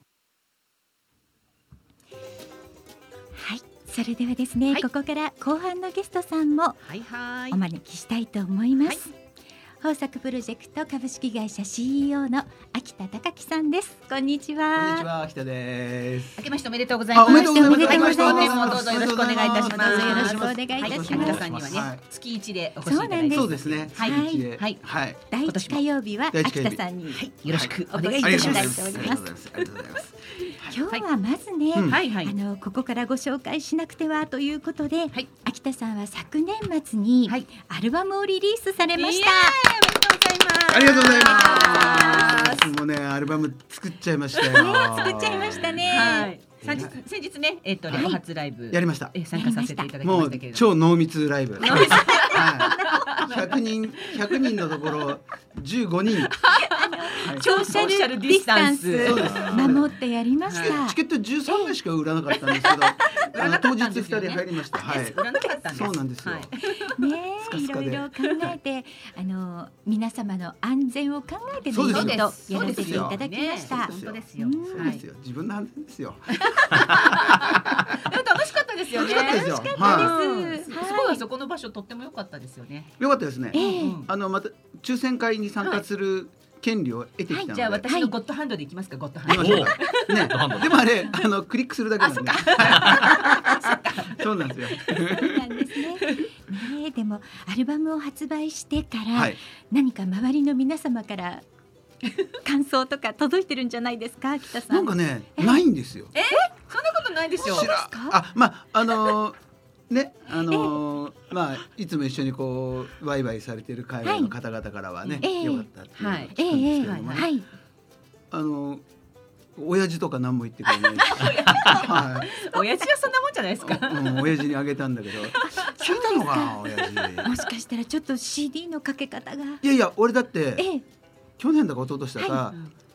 それではですね、はい、ここから後半のゲストさんもお招きしたいと思います。はい、豊作プロジェクト株式会社 シーイーオー の秋田孝樹さんです。こんにちは。 こんにちは、秋田です。 明けましておめでとうございます。 おめでとうございます。 本年もどうぞよろしくお願いいたします。 よろしくお願いいたします。 秋田さんにはね、はい、月一でお越しいただいて、 そうですね。 はい、 はいはい。 第一火曜日は秋田さんに、はい、よろしくお願いいたします。 ありがとうございます。ありがとうございます。 今日はまずね、はいはい、あのここからご紹介しなくてはということで、はい、秋田さんは昨年末にアルバムをリリースされました。 ありがとうございます。もうね、アルバム作っちゃいましたよ。 作っちゃいましたね。 はい。先日、先日ね、えっとレコ発ライブやりました。 参加させていただきましたけれど、 超濃密ライブ。はい。百人百人のところ十五人。 ソーシャルディスタンス守ってやりました。 チケット十三枚しか売らなかったんですけど、あの当日二人入りました。はい。 売らなかったんです。 そうなんですよ。 ね、いろいろ考えて、あの皆様の安全を考えてのイベントやらせていただきました。 本当ですよ。 そうですよ。自分の安全ですよ。 でも楽しかったですよね。 楽しかったですよ。 はい。 すごい、そこの場所とっても良かったですよね。 良かったですね。あのまた抽選会に参加する権利を得てきたので、 じゃあ私のゴッドハンドでいきますか。ゴッドハンドね。 でもあれあのクリックするだけなんで。そうなんですよ。 そうなんですね。ね、 えー、でもアルバムを発売してから、 はい、 何か周りの皆様から感想とか届いてるんじゃないですか、北さん。 なんかね、ないんですよ。 えそんなことないでしょ。 知らあ、まああのーね、あのー、まあいつも一緒にこうワイワイされている会話の方々からはね、 ええ、 よかったっていうのを聞くんですけども、 はい、 あのー、親父とか何も言ってくれないし、はい、 親父はそんなもんじゃないですか。 うん、親父にあげたんだけど、聞いたのかな親父。 もしかしたらちょっと シーディー のかけ方が。 いやいや、俺だって、 ええ、 去年だか一昨年だか、はい、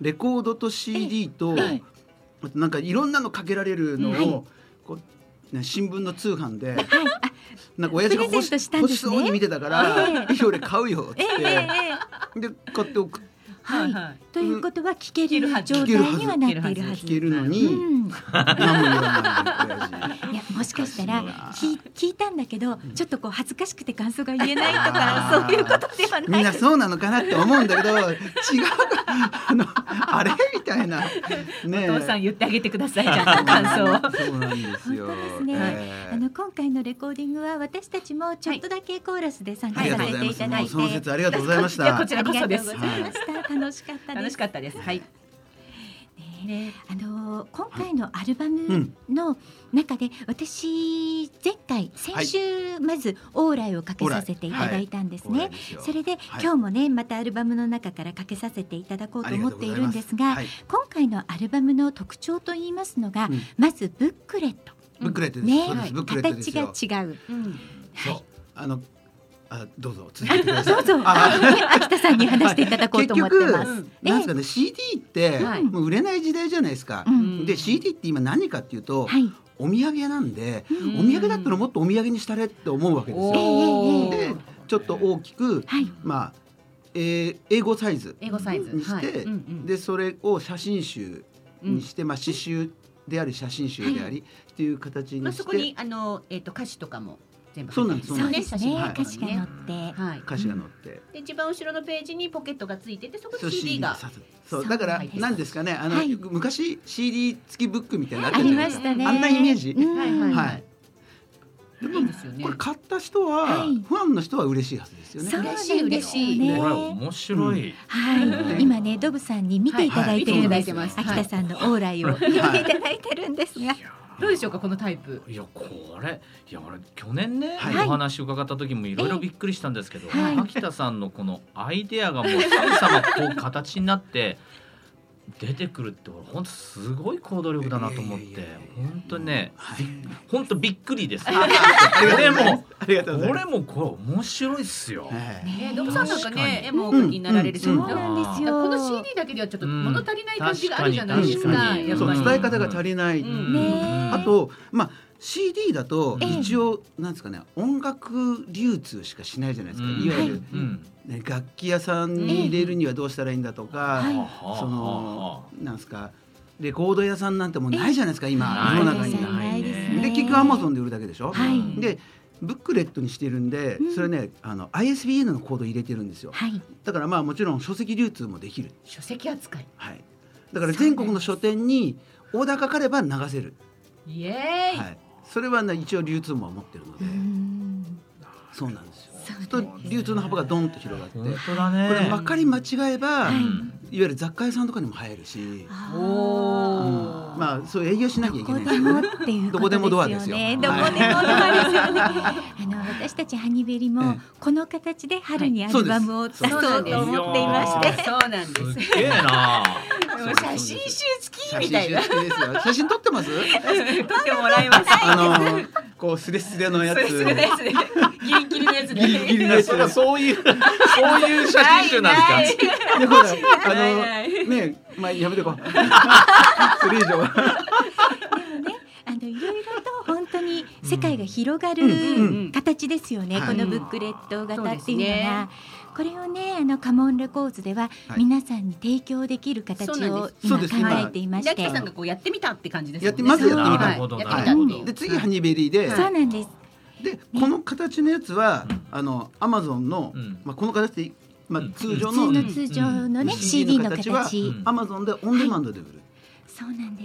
レコードと シーディー と、はい、なんかいろんなのかけられるのを、はい、こうね、新聞の通販で、はい、なんか親父が欲し、ね、欲しそうに見てたから、ええ、俺買うよって言って、ええ、で買って送って。 はいはい、ということは聞ける状態にはなっているはず。 聞けるのに、うん、何も言わない。 いや、もしかしたら聞, 聞いたんだけど、ちょっとこう恥ずかしくて感想が言えないとかそういうことではない。 みんなそうなのかなって思うんだけど、違うあのあれみたいな、 ね、お父さん言ってあげてください、ちゃんと感想。 そうなんですよ。 本当ですね。えー、あの今回のレコーディングは私たちもちょっとだけコーラスで参加させていただいて、 その説ありがとうございました。 こちらこそです。 楽しかったです。 楽しかったです。はい。 ね、あのー、今回のアルバムの中で、うん、私前回先週まずオーライをかけさせていただいたんですね。はい、それで、はい、今日もねまたアルバムの中からかけさせていただこうと思っているんですが、はい、今回のアルバムの特徴といいますのが、うん、まずブックレット。 ブックレットです。 ね、 そうです。ブックレットですよ。 形が違う。うん、 そう、はい、あのあどうぞ続けてください。 どうぞ秋田さんに話していただこうと思ってます。 結局なんですかね、シーディー ってもう売れない時代じゃないですか。うん、で シーディー って今何かっていうと、はい、お土産なんで、うん、お土産だったらもっとお土産にしたれって思うわけですよ。でちょっと大きく、はい、まあ、えー、英語サイズにして、はい、でそれを写真集にして、うん、まあ刺繍であり写真集であり、はい、っていう形にして、まあ、 そこにあの、えー、と歌詞とかも全部そうなんです。 そうですね。歌詞が載って、 はい、 歌詞が載って、 で一番後ろのページにポケットがついてて、そこに シーディー が、 そうだからなんですかね、あの、はい、昔 シーディー 付きブックみたいなのあったじゃないですか。ありましたね。 あんなイメージ。 はいはいはい。 でもいいですよね。これ買った人は、はい、ファンの人は嬉しいはずですよね。 嬉しい嬉しい。 これ面白い。 はい。今ねドブさんに見ていただいてるんです。秋田さんのオーライを見ていただいてるんですが。 どうでしょうかこのタイプ。 いやこれいや俺去年ね、はい、お話伺った時もいろいろびっくりしたんですけど、はい、秋田さんのこのアイデアがもうすぐさまこう形になって出てくるって本当すごい行動力だなと思って、本当にね、本当びっくりです。これもこれもこれ面白いっすよ。 ドブさんなんかね絵もお描きになられるし、そうなんですよ。この シーディー だけではちょっと物足りない感じがあるじゃないですか。 そう伝え方が足りない。あとまあシーディー だと一応なんですかね、音楽流通しかしないじゃないですか。いわゆるね、楽器屋さんに入れるにはどうしたらいいんだとか、そのなんですかレコード屋さんなんてもうないじゃないですか今世の中に。で結局アマゾンで売るだけでしょ。でブックレットにしてるんで、それねあの アイエスビーエヌ のコード入れてるんですよ。だからまあもちろん書籍流通もできる。 書籍扱い。 はい。だから全国の書店にオーダーかかれば流せる。 イエーイ。 はい。それはね一応流通も持ってるので。そうなんですよ。と流通の幅がドンと広がって、 本当だね、 これまかり間違えば、はい、いわゆる雑貨屋さんとかにも入るし、 おー、 うん、まあそう営業しなきゃいけない。 どこでもっていうことですよね。 どこでもドアですよ。 どこでもドアですよね。あの私たちハニベリもこの形で春にアルバムを出そうと思っていまして、 そうなんです。 すげえな。 写真集付きみたいな。 写真集付きですよ。写真撮ってます？ 撮ってもらいます。 あのこうスレスレのやつ。 スレスレのやつで。ギリギリのやつで。 ギリギリのやつで。 そういうそういう写真集なんですか。 でほらあのねまあやめてこう。それ以上は。 でもねあのいろいろと本当に世界が広がる形ですよね。このブックレット型っていうのが。これをねあのカモンレコーズでは皆さんに提供できる形を今考えていまして、 秋田さんがこうやってみたって感じですよね。 まずやってみた。 やってみたっていう。 で次ハニベリーで。 そうなんです。 でこの形のやつはあのアマゾンのまあこの形でまあ通常の通常のね シーディー の形はアマゾンでオンデマンドで売る。 そうなんです。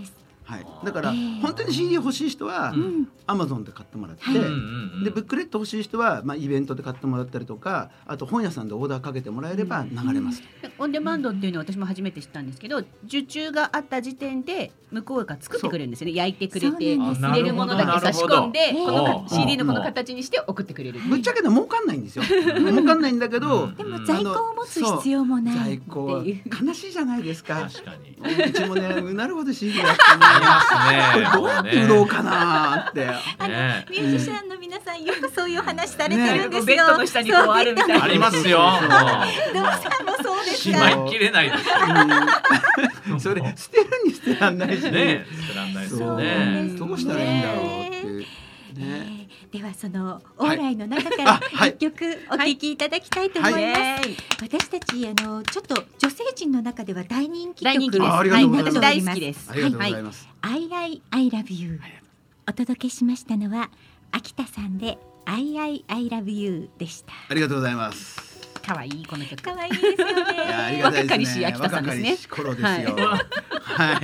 はい、だから、えー、本当に シーディー 欲しい人は、うん、Amazon で買ってもらって、はい、でブックレット欲しい人は、まあ、イベントで買ってもらったりとか、あと本屋さんでオーダーかけてもらえれば流れます、 うん、オンデマンドっていうのは私も初めて知ったんですけど、受注があった時点で向こうが作ってくれるんですよね。焼いてくれて入れるものだけ差し込んでこの シーディー のこの形にして送ってくれる。 ぶっちゃけで儲かんないんですよ儲かんないんだけど、 でも在庫を持つ必要もない。 在庫は悲しいじゃないですか。 確かにうちもねうなるほど シーディー やってねどうやって売ろうかなって、 あのミュージシャンの皆さんよくそういう話されてるんですよ、ね、 ベッドの下にこうあるみたいな。 ありますよ。 どうさんもそうですか。 しまいきれないですよそれ捨てるに捨てらんないしね、捨てらんないですよね。 どうしたらいいんだろうっていうね。 えー、ではそのオーライの中から一曲お聴きいただきたいと思います、はいはい、私たちあのちょっと女性陣の中では大人気曲大人気です。 ありがとうございます。 私大好きです。 ありがとうございます、 はい、I I I love you お届けしましたのは秋田さんで I I I love you でした。 ありがとうございます。 可愛いこの曲。 可愛いですよね。 いやありがたいですね。 若かりし秋田さんですね。 若かりし頃ですよ。はい。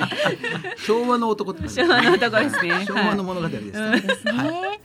昭和の男って感じですね。 昭和の男ですね。 昭和の物語ですね。 そうですね。はい。はい。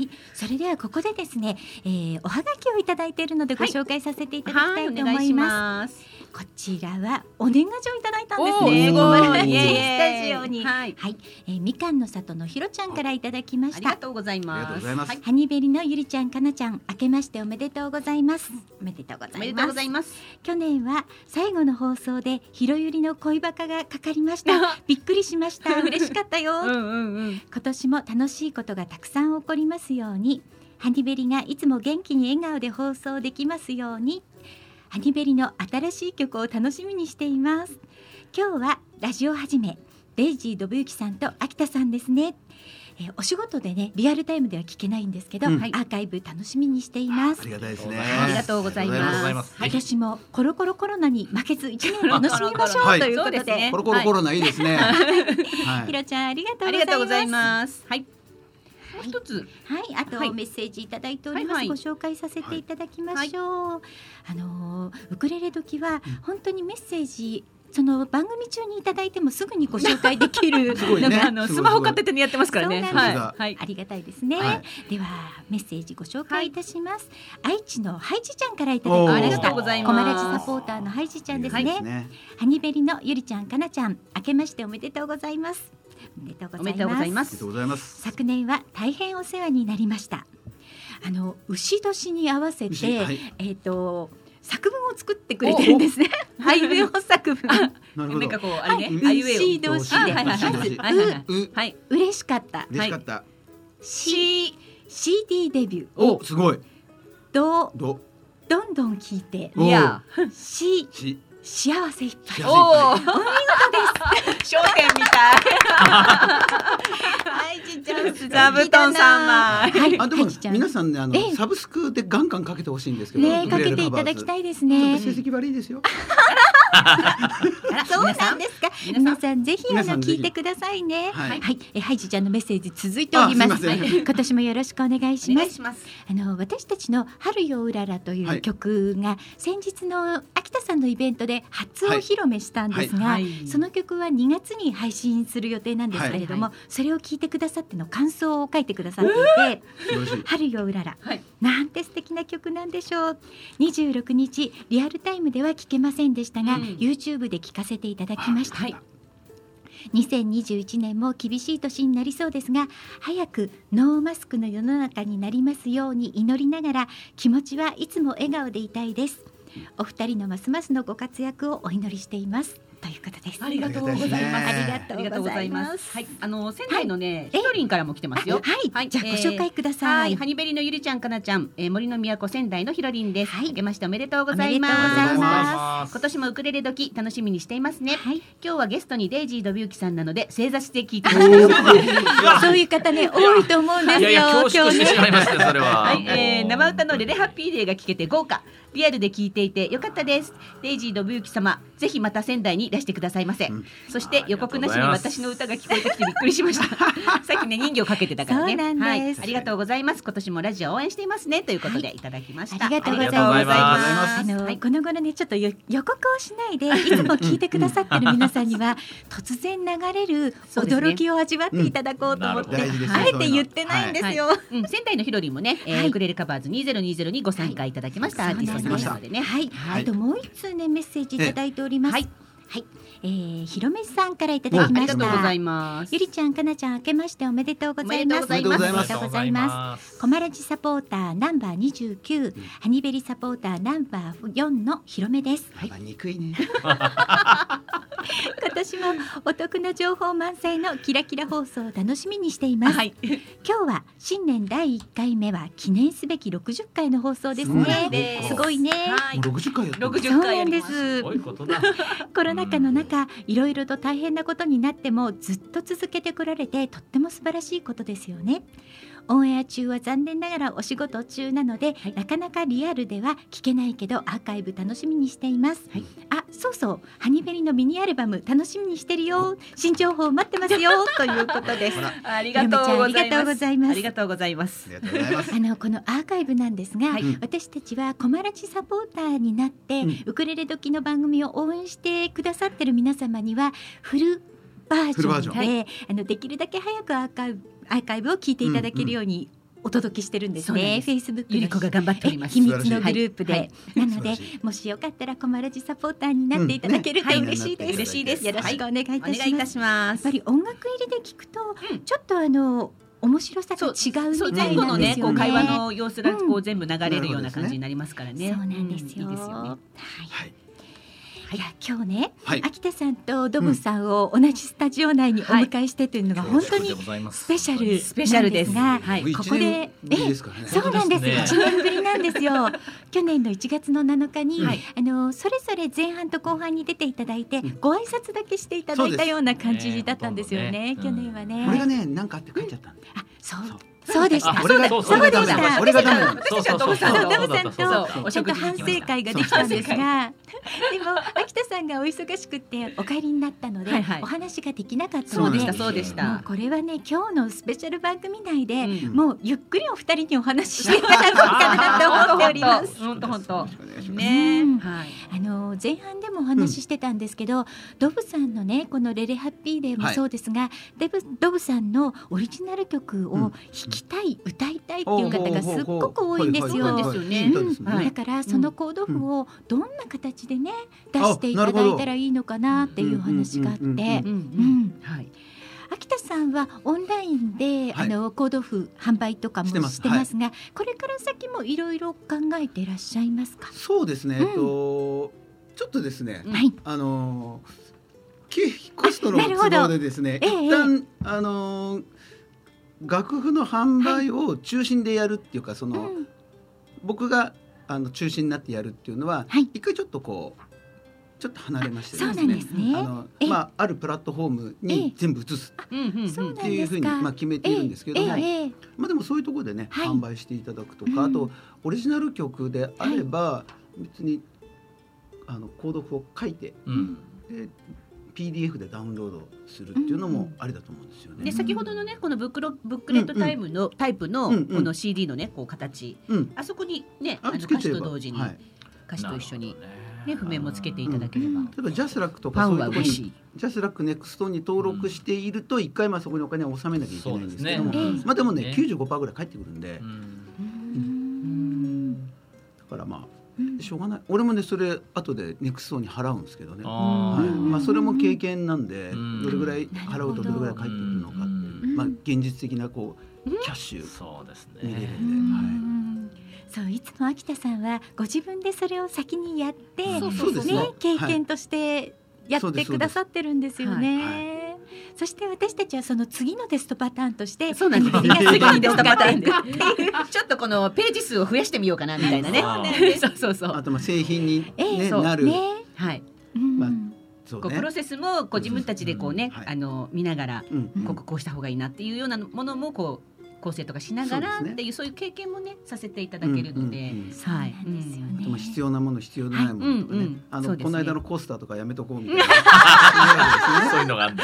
それではここでですね、えー、おはがきをいただいているのでご紹介させていただきたいと思います。はいはい、お願いします。こちらはお年賀状いただいたんですね。 すごい。 スタジオに。 はい。 はい。えー、みかんの里のひろちゃんからいただきました。 ありがとうございます。 ありがとうございます。 ハニベリのゆりちゃん、かなちゃん、明けましておめでとうございます。おめでとうございます。 おめでとうございます。 去年は最後の放送でひろゆりの恋バカがかかりました。びっくりしました。嬉しかったよ。うんうんうん。今年も楽しいことがたくさん起こりますように。ハニベリがいつも元気に笑顔で放送できますように。ハニベリの新しい曲を楽しみにしています。今日はラジオはじめデイジー・ドブユキさんと秋田さんですね。えー、お仕事でねリアルタイムでは聞けないんですけど、うん、アーカイブ楽しみにしています。 ありがたいですね。 ありがとうございます。 私もコロコロコロナに負けず一年楽しみましょうということで、 ね、 コロコロコロナいいですね。 はい、ひろちゃんありがとうございます。 はい。もう一つ、 はい、あと、はい、メッセージいただいております、はいはい、ご紹介させていただきましょう、はい、あのウクレレ時は本当にメッセージその番組中にいただいてもすぐにご紹介できるなんかあのスマホ片手にやってますからね。 はい、ありがたいですね、はい、ではメッセージご紹介いたします、はい、愛知のハイジちゃんからいただきました。 ありがとうございます。 コマラジサポーターのハイジちゃんですね、はい、ハニベリのゆりちゃんかなちゃん明けましておめでとうございます。おめでとうございます。昨年は大変お世話になりました。あの牛年に合わせて、はい、えっ、ー、と作文を作ってくれてるんですね。ハイウェイ作文。 なんかこうあれね、 はい、牛年で、まずう、はい、嬉しかった。 嬉しかった。 C、シーディー デビュー。 お、すごい。 ど、ど、どんどん聞いて。 いや、 し、幸せいっぱい。 おお、お見事です。商店みたい。 はい、ちちゃん、 座布団様。 はい、あ、でも皆さんね、あのサブスクでガンガンかけてほしいんですけど、 ね、かけていただきたいですね。 成績悪いですよ。 そうなんですか。皆さんぜひあの聞いてくださいね。はい、えハイジちゃんのメッセージ続いております。今年もよろしくお願いします。あの私たちの春ようららという曲が先日の秋田さんのイベントで初お披露目したんですが、その曲はにがつに配信する予定なんですけれども、それを聞いてくださっての感想を書いてくださっていて、春ようらら、なんて素敵な曲なんでしょう。にじゅうろくにちリアルタイムでは聞けませんでしたが、うん、YouTube で聞かせていただきました。はい、にせんにじゅういちねんも厳しい年になりそうですが、早くノーマスクの世の中になりますように祈りながら、気持ちはいつも笑顔でいたいです。お二人のますますのご活躍をお祈りしていますということです。 ありがとうございます。 ありがとうございます。 はい、あの仙台のね、ひとりんからも来てますよ。 はい、はい、じゃあご紹介ください。 ハニベリのゆりちゃんかなちゃん、えー、森の都仙台のひろりんです。はい、明けましておめでとうございます。今年もウクレレ時楽しみにしていますね。はい、今日はゲストにデイジー・ドビューキさんなので正座して聞いてます。 そういう方ね多いと思うんですよ。 いやいや恐縮してしまいましたそれは。 はい、えー、生歌のレレハッピーデーが聞けて豪華。 リアルで聞いていてよかったです。デイジー信之様、ぜひまた仙台にいらしてくださいませ、うん、そして予告なしに私の歌が聞こえてきてびっくりしましたさっきね人形かけてたからね。 そうなんです、はい、 ありがとうございます。今年もラジオ応援していますねということでいただきました、 はい、ありがとうございます。あの、はい、この頃ねちょっと予告をしないでいつも聞いてくださってる皆さんには突然流れる驚きを味わっていただこうと思って、ねうん、あえて言ってないんですよ、はいはいうん、仙台のヒロリンもね、えー、ウクレレカバーズにせんにじゅうにご参加いただきました、はい、アーティストの方でね、 はいはい、あともう一通ねメッセージいただいております、はいはい、えー、ひろめさんからいただきました。 ありがとうございます。 ゆりちゃん、かなちゃん、明けましておめでとうございます。 おめでとうございます。 おめでとうございます。コマラジサポーターナンバーにじゅうきゅう、うん、ハニベリサポーターナンバーよんのひろめです。 はい、憎いね。 今年もお得な情報満載のキラキラ放送を楽しみにしています、はい、今日は新年だいいっかいめは記念すべきろくじゅっかいの放送ですね。すごいね、 はい、ろくじゅっかいやってる。 ろくじゅっかいやります。 すごいことだ。 コロナ禍の中いろいろと大変なことになってもずっと続けてこられてとっても素晴らしいことですよね。オンエア中は残念ながらお仕事中なので、はい、なかなかリアルでは聞けないけどアーカイブ楽しみにしています、はい、あ、そうそう、ハニベリのミニアルバム楽しみにしてるよ、新情報待ってますよということですありがとうございます。 ありがとうございます。あのこのアーカイブなんですが、はい、私たちはコマラジサポーターになって、うん、ウクレレ時の番組を応援してくださってる皆様にはフルバージョンで、はい、あのできるだけ早くアーカイブアーカイブを聞いていただけるようにお届けしてるんですね。フェイスブックゆり子が頑張っております。 秘密のグループで、はい、なのでもしよかったらコマラジサポーターになっていただけると嬉しいです、うんねはい、嬉しいです。よろしくお願いいたします、はい、お願いいたします。やっぱり音楽入りで聞くと、うん、ちょっとあの面白さが違うみたいなんですよね。前後のね、こう会話の様子がこう全部流れるような感じになりますからね。 そうなんですよ。 いいですよね。 はい。いや今日ね、 はい、 秋田さんとドブさんを同じスタジオ内にお迎えしてというのが本当にスペシャルスペシャルですが、 はい、ここでえそうなんです、いちねんぶりなんですよ去年のいちがつのなのかに、はい、あのそれぞれ前半と後半に出ていただいて、うん、ご挨拶だけしていただいたような感じだったんですよね、ね去年はね。 これがね何かあって書いちゃったんで、 うん、あそうそうでした。 俺がそうでした。 俺がダメなの。 私たちはドブさんとドブさんとちょっと反省会ができたんですが、でも秋田さんがお忙しくてお帰りになったので、はいはい、お話ができなかったので、 そうでしたそうでした。 もうこれはね今日のスペシャル番組内で、うん、もうゆっくりお二人にお話ししていただこうかなと思っております。 本当本当。ね、うんはい、あの前半でもお話ししてたんですけど、うん、ドブさんのねこのレレハッピーデーもそうですが、はい、デブドブさんのオリジナル曲を弾きたい、うん、歌いたいっていう方がすっごく多いんですよ。だからそのコード譜をどんな形でね出していただいたらいいのかなっていう話があって、秋田さんはオンラインで、はい、あのコード譜販売とかもしてますが、はい、これから先もいろいろ考えていらっしゃいますか？ そうですね、うん、えっとちょっとですね、はい、あのコストの都合でですね、一旦、ええ、あの楽譜の販売を中心でやるっていうか、その、うん、僕があの中心になってやるっていうのは、はい、一回ちょっとこうちょっと離れましてですね、そうなんですね、あの、まあ、あるプラットフォームに全部移すっていうふうに、まあ、決めているんですけども、まあ、でもそういうところでね、はい、販売していただくとか、あとオリジナル曲であれば、はい、別にあのコード譜を書いて、うん、でピーディーエフ でダウンロードするっていうのもありだと思うんですよね。 で先ほどのねこのブックロブックレットタイプの、うんうん、タイプのこの シーディー のねこう形、うん、あそこにねあの歌詞と同時に、はい、歌詞と一緒に、ね、譜面もつけていただければ、うん、例えばジャスラックとかそういうところにジャスラックネクストに登録していると一回まあそこにお金を納めなきゃいけないんですけども、でね、まあでもね きゅうじゅうごパーセント ぐらい返ってくるんで、うんうん、だからまあしょうがない。俺もねそれ後でネクストに払うんですけどね、はい、まあ、それも経験なんで、どれぐらい払うとどれぐらい返ってくるのかっていう、まあ、現実的なこうキャッシュ見れるんで、 そう、いつも秋田さんはご自分でそれを先にやって、そうそうですね、経験としてやってくださってるんですよね、はいはい、そして私たちはその次のテストパターンとして、 そうなんですね、次のテストパターンでちょっとこのページ数を増やしてみようかなみたいなねそうそうそう、 あとまあ製品に、ねえー、なる、ね、 はい、まあそうね、こうプロセスもこう自分たちでこうね、うんはい、あの見ながら、うん、こここうした方がいいなっていうようなものもこう構成とかしながらそうですねっていうそういう経験もねさせていただけるので、 うんうんうんそうなんですよね。 でも必要なもの必要ないものとかね、 はいうんうんあのそうですねこの間のコースターとかやめとこうみたいなそういうのがあるんだ。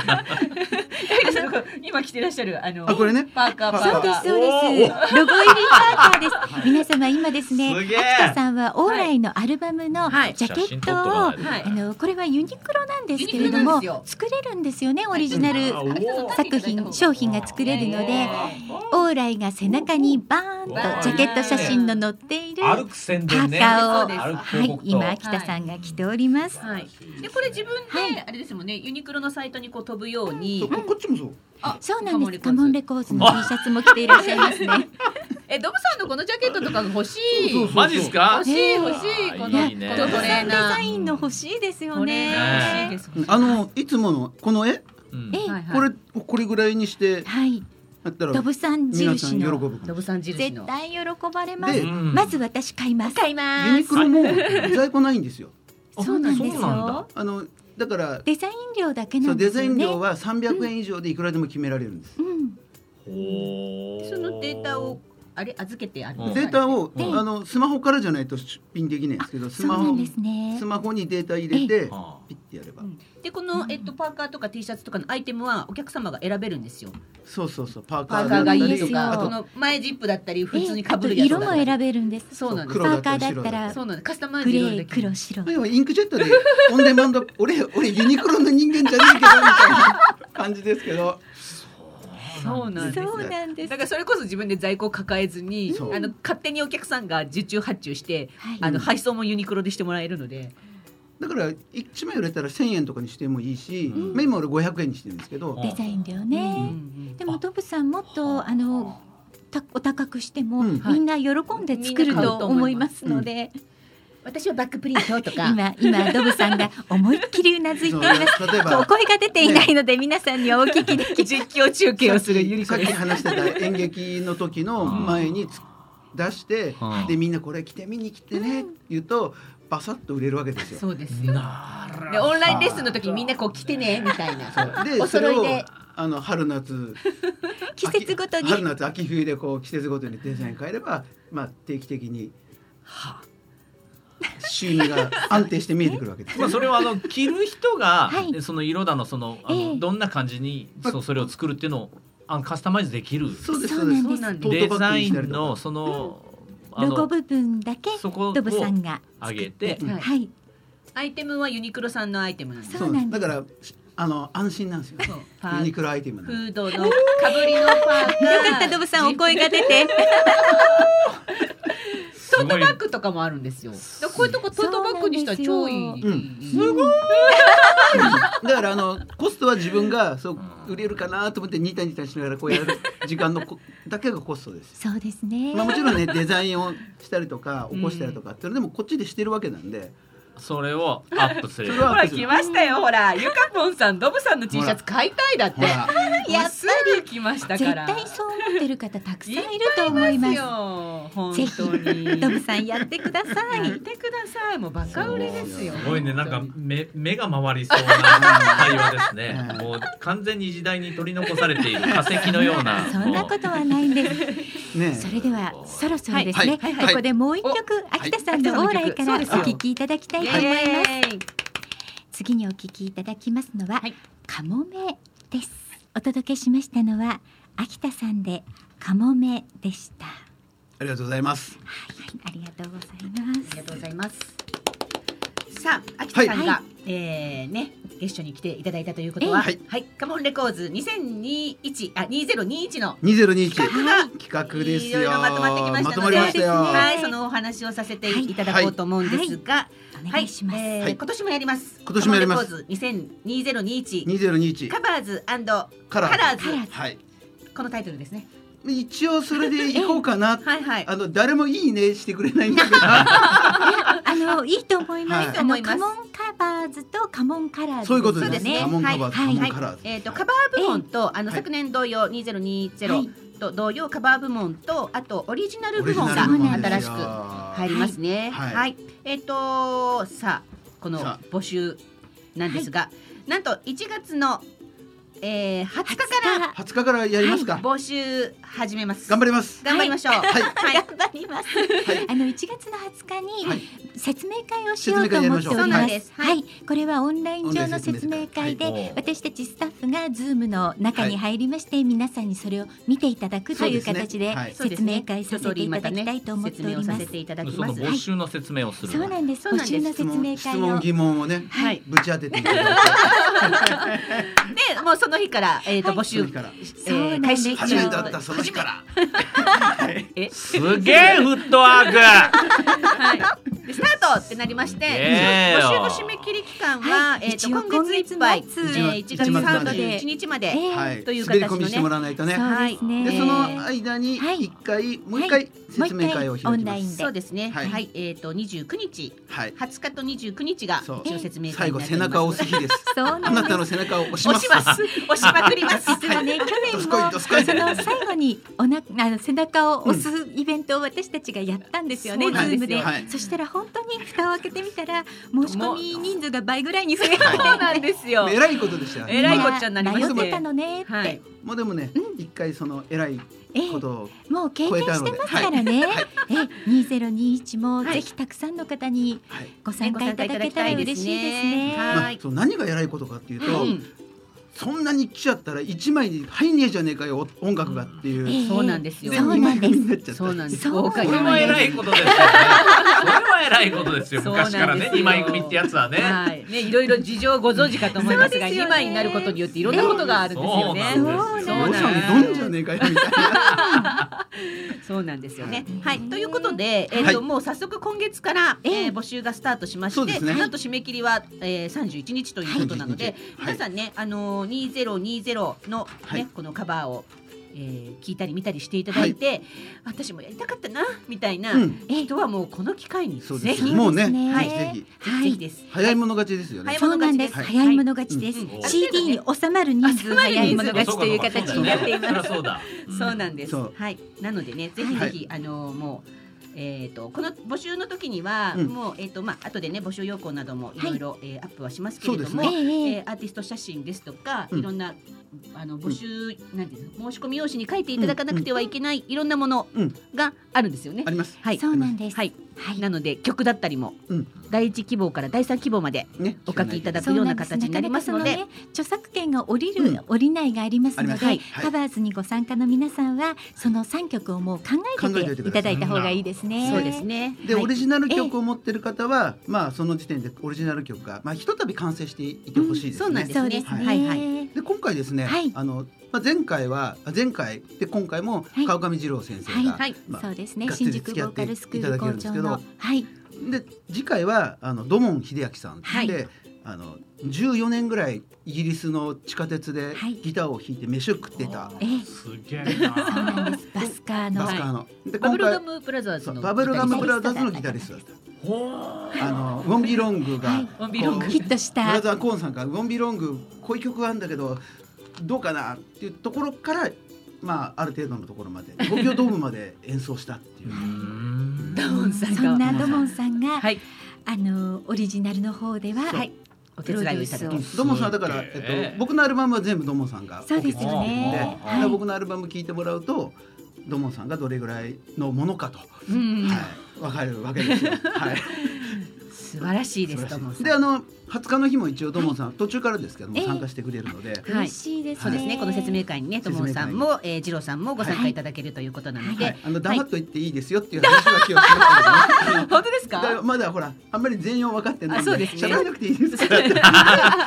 今着てらっしゃるあのあこれねパーカーパそうーカーですそうです。ロゴ入りパーカーです。皆様今ですね、 すげえ秋田さんはオーライのアルバムのはいジャケットを、 写真撮っとかないとはいあのこれはユニクロなんですけれどユニクロなんもですよ作れるんですよね。オリジナルあおー作品商品が作れるので、オーライが背中にバーンとジャケット写真の載っているパ歩く宣ー伝ね。 カーを、 そうです歩くはい広告と今秋田さんが着ております。 はい。でこれ自分で、 はいあれですもんねユニクロのサイトにこう飛ぶように、 そうここっちもそうあそうなんです。カカモンレモンレコーズの T シャツも着ていらっしゃいますね。 えドブさんのこのジャケットとかが欲しい。 そうそうそうマジっすか欲しい欲しいこのいいねこのトレーデナー。 ザインの欲しいですよこれね。 欲しいです。 あのいつものこの絵うんええはいはいこれこれぐらいにしてはい。 やったらドブさん皆さん印の喜ぶドブさん印の。 絶対喜ばれます。 でうんまず私買います。 買いまユニクロも在庫ないんですよ。 そうなんですそうなんだよ。 あのだからデザイン料だけそなですよね。 うんデザイン料はさんびゃくえん以上でいくらでも決められるんです。 うん。 ほーそのデータをあれ預けてある。 うんデータをであのスマホからじゃないと出品できないんですけど、スマホそうなんですねス。マホにデータ入れてはピッてやればう。んでこのえっとパーカーとか T シャツとかのアイテムはお客様が選べるんですよ。 そうそうそうパーカーパーカーがいいとそうか、 なんですよこの前ジップだったり普通にえあと被るやつだったり。 色も選べるんです。 そうなんです。 黒パーカだったりーだったらそうなんです。カスタマイグレー、 ズいろいろできる黒、白。 要はインクジェットでオンデマンド俺俺ユニクロの人間じゃねえけどみたいな感じですけど、 そうなんです。 そうなんですだ。からそれこそ自分で在庫を抱えずに、 そうあの勝手にお客さんが受注発注して、 はいあの配送もユニクロでしてもらえるので、 だからいちまい売れたらせんえんとかにしてもいいし、 うんまあ今俺ごひゃくえんにしてるんですけど、 デザイン料うんね。でもドブさんもっとあのたお高くしても、 うんみんな喜んで作ると思いますので、 私はバックプリントとか今今ドブさんが思いっきりうなずいています。 そう例えばお声が出ていないので皆さんにお聞きでき実況中継をするユニさっきクロです。 話してた演劇の時の前につ出してうんでみんなこれ着て見に来てねって言うとバサッと売れるわけですよ。 そうですよ。 なるほどでオンラインレッスンの時にみんなこう来てねみたいな。 でおそれを揃いであの春夏季節ごとに秋春夏秋冬でこう季節ごとにデザイン変えれば、まあ、定期的に収入が安定して見えてくるわけです。 まあそれはあの着る人がはいその色だのそのあのええどんな感じにそうそれを作るっていうのをあのカスタマイズできるそうですそそううです。 なんですそうなんですデトートバッザイグにしたりとかンのそのあのロゴ部分だけそこをドブさんが作上げっててはいはいアイテムはユニクロさんのアイテムなんです。 そうなんですだからあの安心なんですよ。 そうパーユニクロアイテムなんでフードのかぶりのパーカー。 よかったドブさんお声が出てトートバッグとかもあるんですよ。だからこういうとこトートバッグにしたら超いい。 そうなんですよすごい。 だからあのコストは自分がそう売れるかなと思ってニタニタしながらこうやる時間のこだけがコストです。 そうですね、 まあもちろんねデザインをしたりとか起こしたりとかっていうのでもこっちでしてるわけなんで、 それをアップするそれはほら来ましたよほらゆかぽんさんドブさんの T シャツ買いたいだって。 ほらやっぱりすぐ来ました絶から。 対そう思ってる方たくさんいると思いますよ本ぜひ当に。 ドブさんやってくださいやってください。もうバカ売れですよ。 すごいねなんか目目が回りそうな会話ですねうんもう完全に時代に取り残されている化石のようなそんなことはないんですねそれではそろそろですね、 はいはいここでもう一曲秋田さんのオーライからお聴きいただきたいと思います。次にお聞きいただきますのは、 はいカモメです。お届けしましたのは秋田さんでカモメでした。 ありがとうございます。 はい、ありがとうございます。 ありがとうございます。さあ、秋田さんが、 はえーね、ゲストに来ていただいたということは、 ええはい、カモンレコーズにせんにじゅういちあにせんにじゅういちのにせんにじゅういち企画が企画ですよ。 いろいろまとまってきましたのでまとまりましたよ。 そうですねはい、そのお話をさせていただこうと思うんですが、 お願いします。 えーはい今年もやります。 今年もやりますカモンレコーズにせんにじゅうにじゅういちにせんにじゅういちカバーズ&カカラーラーズはい。 このタイトルですね。 一応それでいこうかな。 はいはい。 あの誰もいいねしてくれないんだけど。 あのいいと思います。 はいあのカモンカバーズとカモンカラーズ、 そういうことそうですねですね。カモンカバーズ、 はいカモンカラーズ。 えっ、とカバー部門と、あのはい昨年同様にせんにじゅうはいと同様カバー部門とあとオリジナル部門がオリジナル部門新しくですよ入りますね。 はいはい。えっ、とさあこのさ募集なんですが、なんといちがつの、 えー、はつかからはつかからやりますか、 はい、募集始めます。 頑張ります頑張りましょう。 はい、 頑張ります。あのいちがつのはつかに説明会をしようと思っております。はい、これはオンライン上の説明会で、私たちスタッフがズームの中に入りまして、皆さんにそれを見ていただくという形で説明会させていただきたいと思っております。 説明をさせていただきます。 その募集の説明をする。 そうなんです。募集の説明会を質問疑問をね、はい、ぶち当てていただいて、でもうその日からえっと募集開始初めて会ったその日から。 え、 すげえフットワーク。 はい。でスタートってなりまして、募集の締め切り期間はえっと今月いっぱい、いちがつさんじゅういちにちまでという形のね。滑り込みしてもらわないとね。はい。でその間に一回もう一回説明会を開きます。 そうですね。はい。えっとにじゅうくにち、はつかとにじゅうくにちが一応説明会最後背中を押す日です。あなたの背中を押します。 押します。押しまくります。 実はね、去年もその最後におなあの背中を押すイベントを私たちがやったんですよね、ズームで。そしたら本当に蓋を開けてみたら申し込み人数が倍ぐらいに増えて、 そうなんですよ。 えらいことでした。 えらいこっちゃになりまして。 迷ってたのねって。 もうでもね、一回そのえらいことをもう経験してますからね。え、にせんにじゅういちもぜひたくさんの方にご参加いただけたら嬉しいですね。 はい。そう何がえらいことかっていうと。そんなに来ちゃったら一枚に入んねえじゃねえかよ音楽がっていう、 そうなんですよ。 そうなんです。 そうなんです。 これは偉いことですよね。これは偉いことですよ。昔からね、二枚組ってやつはね。 はい。ね、いろいろ事情をご存知かと思いますが、二枚になることによっていろんなことがあるんですよね。 そうなんです。どんじゃねえかよみたいな。 そうなんですよね。はい。ということで、えっともう早速今月から募集がスタートしまして、なんと締め切りはさんじゅういちにちということなので、皆さんね、あのにせんにじゅうのねこのカバーをえー、聞いたり見たりしていただいて、はい、私もやりたかったなみたいな人はもうこの機会にぜひ、 もうね、 はい、 ぜひぜひです。 早い者勝ちですよね。 そうなんです。早い者勝ちです。シーディー に収まる人数早い者勝ちという形になっています。 そうなんです。はい。なのでね、ぜひぜひあのもう。えー、とこの募集の時には、うん、もう、えーとまあ後でね募集要項などもいろいろアップはしますけれども、ねえー、アーティスト写真ですとか、うん、いろんなあの募集、うん、なんていうの申し込み用紙に書いていただかなくてはいけない、うん、いろんなものがあるんですよね。 あります。 はい、そうなんです。 はい、はい、なので曲だったりも、うん、だいいち希望からだいさん希望までお書きいただくような形になりますので、 ね、著作権が降りる、うん、降りないがありますので、はい、カバーズにご参加の皆さんはそのさんきょくをもう考えていただいた方がいいですね。 そうですね。 で、はい、オリジナル曲を持ってる方は、まあその時点でオリジナル曲がまあひとたび完成していてほしいですね。 そうなんですね。はいはい。 で今回ですね、はい、あのまあ前回は前回で今回も川上二郎先生が、はいまあ、そうですね。新宿ボーカルスクール校長の、はい。 で次回はあの土門秀明さんで、はい、あのじゅうよねんぐらいイギリスの地下鉄でギターを弾いて飯を食ってた、 えすげえな。 そうなんです。バスカーのバスカーの、 でバブルガムブラザーズのバブルガムブラザーズのギタリストだった。あのウォンビロングが、はい、 ヒットしたブラザーコーンさんがウォンビロングこういう曲があるんだけどどうかなっていうところから、まあある程度のところまで東京ドームまで演奏したっていう。 ドモンさんがそんなドモンさんが、はい、あのオリジナルの方では、はい、 お手伝いをいただきます。 ドモンさんだから、えっと、僕のアルバムは全部ドモンさんがそうですよね。 で、僕のアルバム聴いてもらうとドモンさんがどれぐらいのものかと、うん、はい、分かるわけですよ。はい、 素晴らしいです。ドモンさんで、あのはつかの日も一応ドモンさん、はい、途中からですけども参加してくれるので、 えー、嬉しいですね。 そうですね。この説明会にね、ドモンさんも、えー、ジローさんもご参加いただけるということなので、 はいはい、あの黙っと言っていいですよっていう話は気をつけますけどね。 本当ですか？ まだほらあんまり全容分かってないんで、喋らなくていいですから。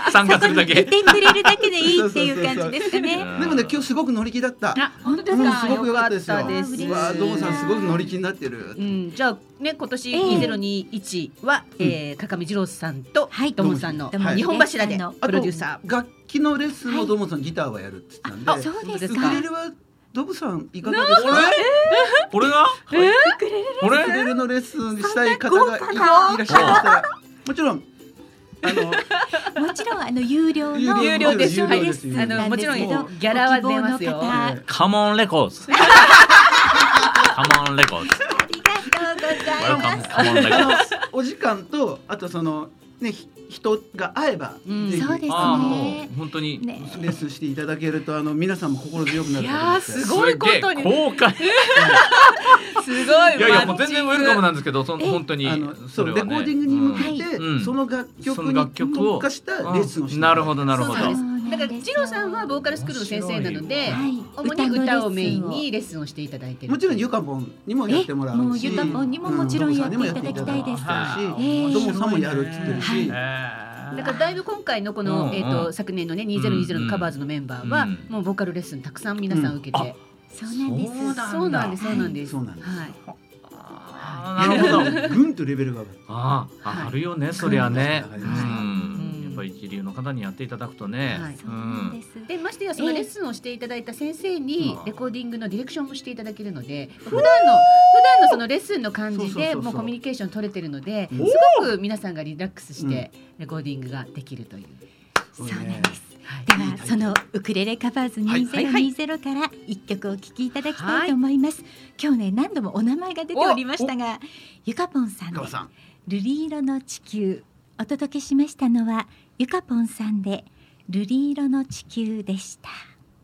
参加するだけ。 いてくれるだけでいいっていう感じですかね。 でもね、今日すごく乗り気だった。 あ、本当ですか？ うん、すごく良かったですよ。わあ、ドモンさんすごく乗り気になってる。 うん、じゃあね、今年にせんにじゅういちは、えーえー、川上二郎さんとドモンさんの日本柱でプロデューサー。 楽器のレッスンもドモンさんギターはやるって言ってたんで、 あ、そうですか。 ウクレレはドブさんいかがですか？ 俺が？ えー、ウクレレのレッスンしたい方がいらっしゃいましたら、もちろんあのもちろんあの有料の有料ですよ。はい、あのもちろんギャラは出ますよ。 カモンレコーズ。カモンレコーズ。 ありがとうございます。 あのお時間とあとそのね人が合えば、 うん、 ぜひそうですね。 あもう本当に、 ね、 レッスンしていただけるとあの皆さんも心強くなると思います。 いやすごいことに公開すごい。 いやいやもう全然ウェルカムなんですけど、そ本当にあのそれは、ね、 レコーディングに向けて、 うん、 その楽曲に特化したレッスンをして、 うん、なるほどなるほど。 だから次郎さんはボーカルスクールの先生なので、 はい、 主に歌をメインにレッスンをしていただいてる。 もちろんゆかぽんにもやってもらうし、 もうゆかぽんにももちろんやっていただきたいですし、 ドモさんもやるって言ってるし、 だからだいぶ今回のこの、うん、えーと昨年のねにせんにじゅうのカバーズのメンバーは、うん、もうボーカルレッスンたくさん皆さん受けて、 うん、そうなんです。 そうなんです。そうなんです。 そうなんです。 はい。 なるほど。 ぐんとレベルが上がる。 ああ、あるよね、そりゃね。 上がりました。 やっぱり一流の方にやっていただくとね。 はい、そうなんです。でましてやそのレッスンをしていただいた先生にレコーディングのディレクションもしていただけるので、普段の普段のそのレッスンの感じでもうコミュニケーション取れてるので、すごく皆さんがリラックスしてレコーディングができるという。 そうなんです。ではそのウクレレカバーズにせんにじゅうから一曲お聴きいただきたいと思います。今日ね何度もお名前が出ておりましたが、ゆかぽんさんで瑠璃色の地球、お届けしましたのはゆかぽんさんで瑠璃色の地球でした。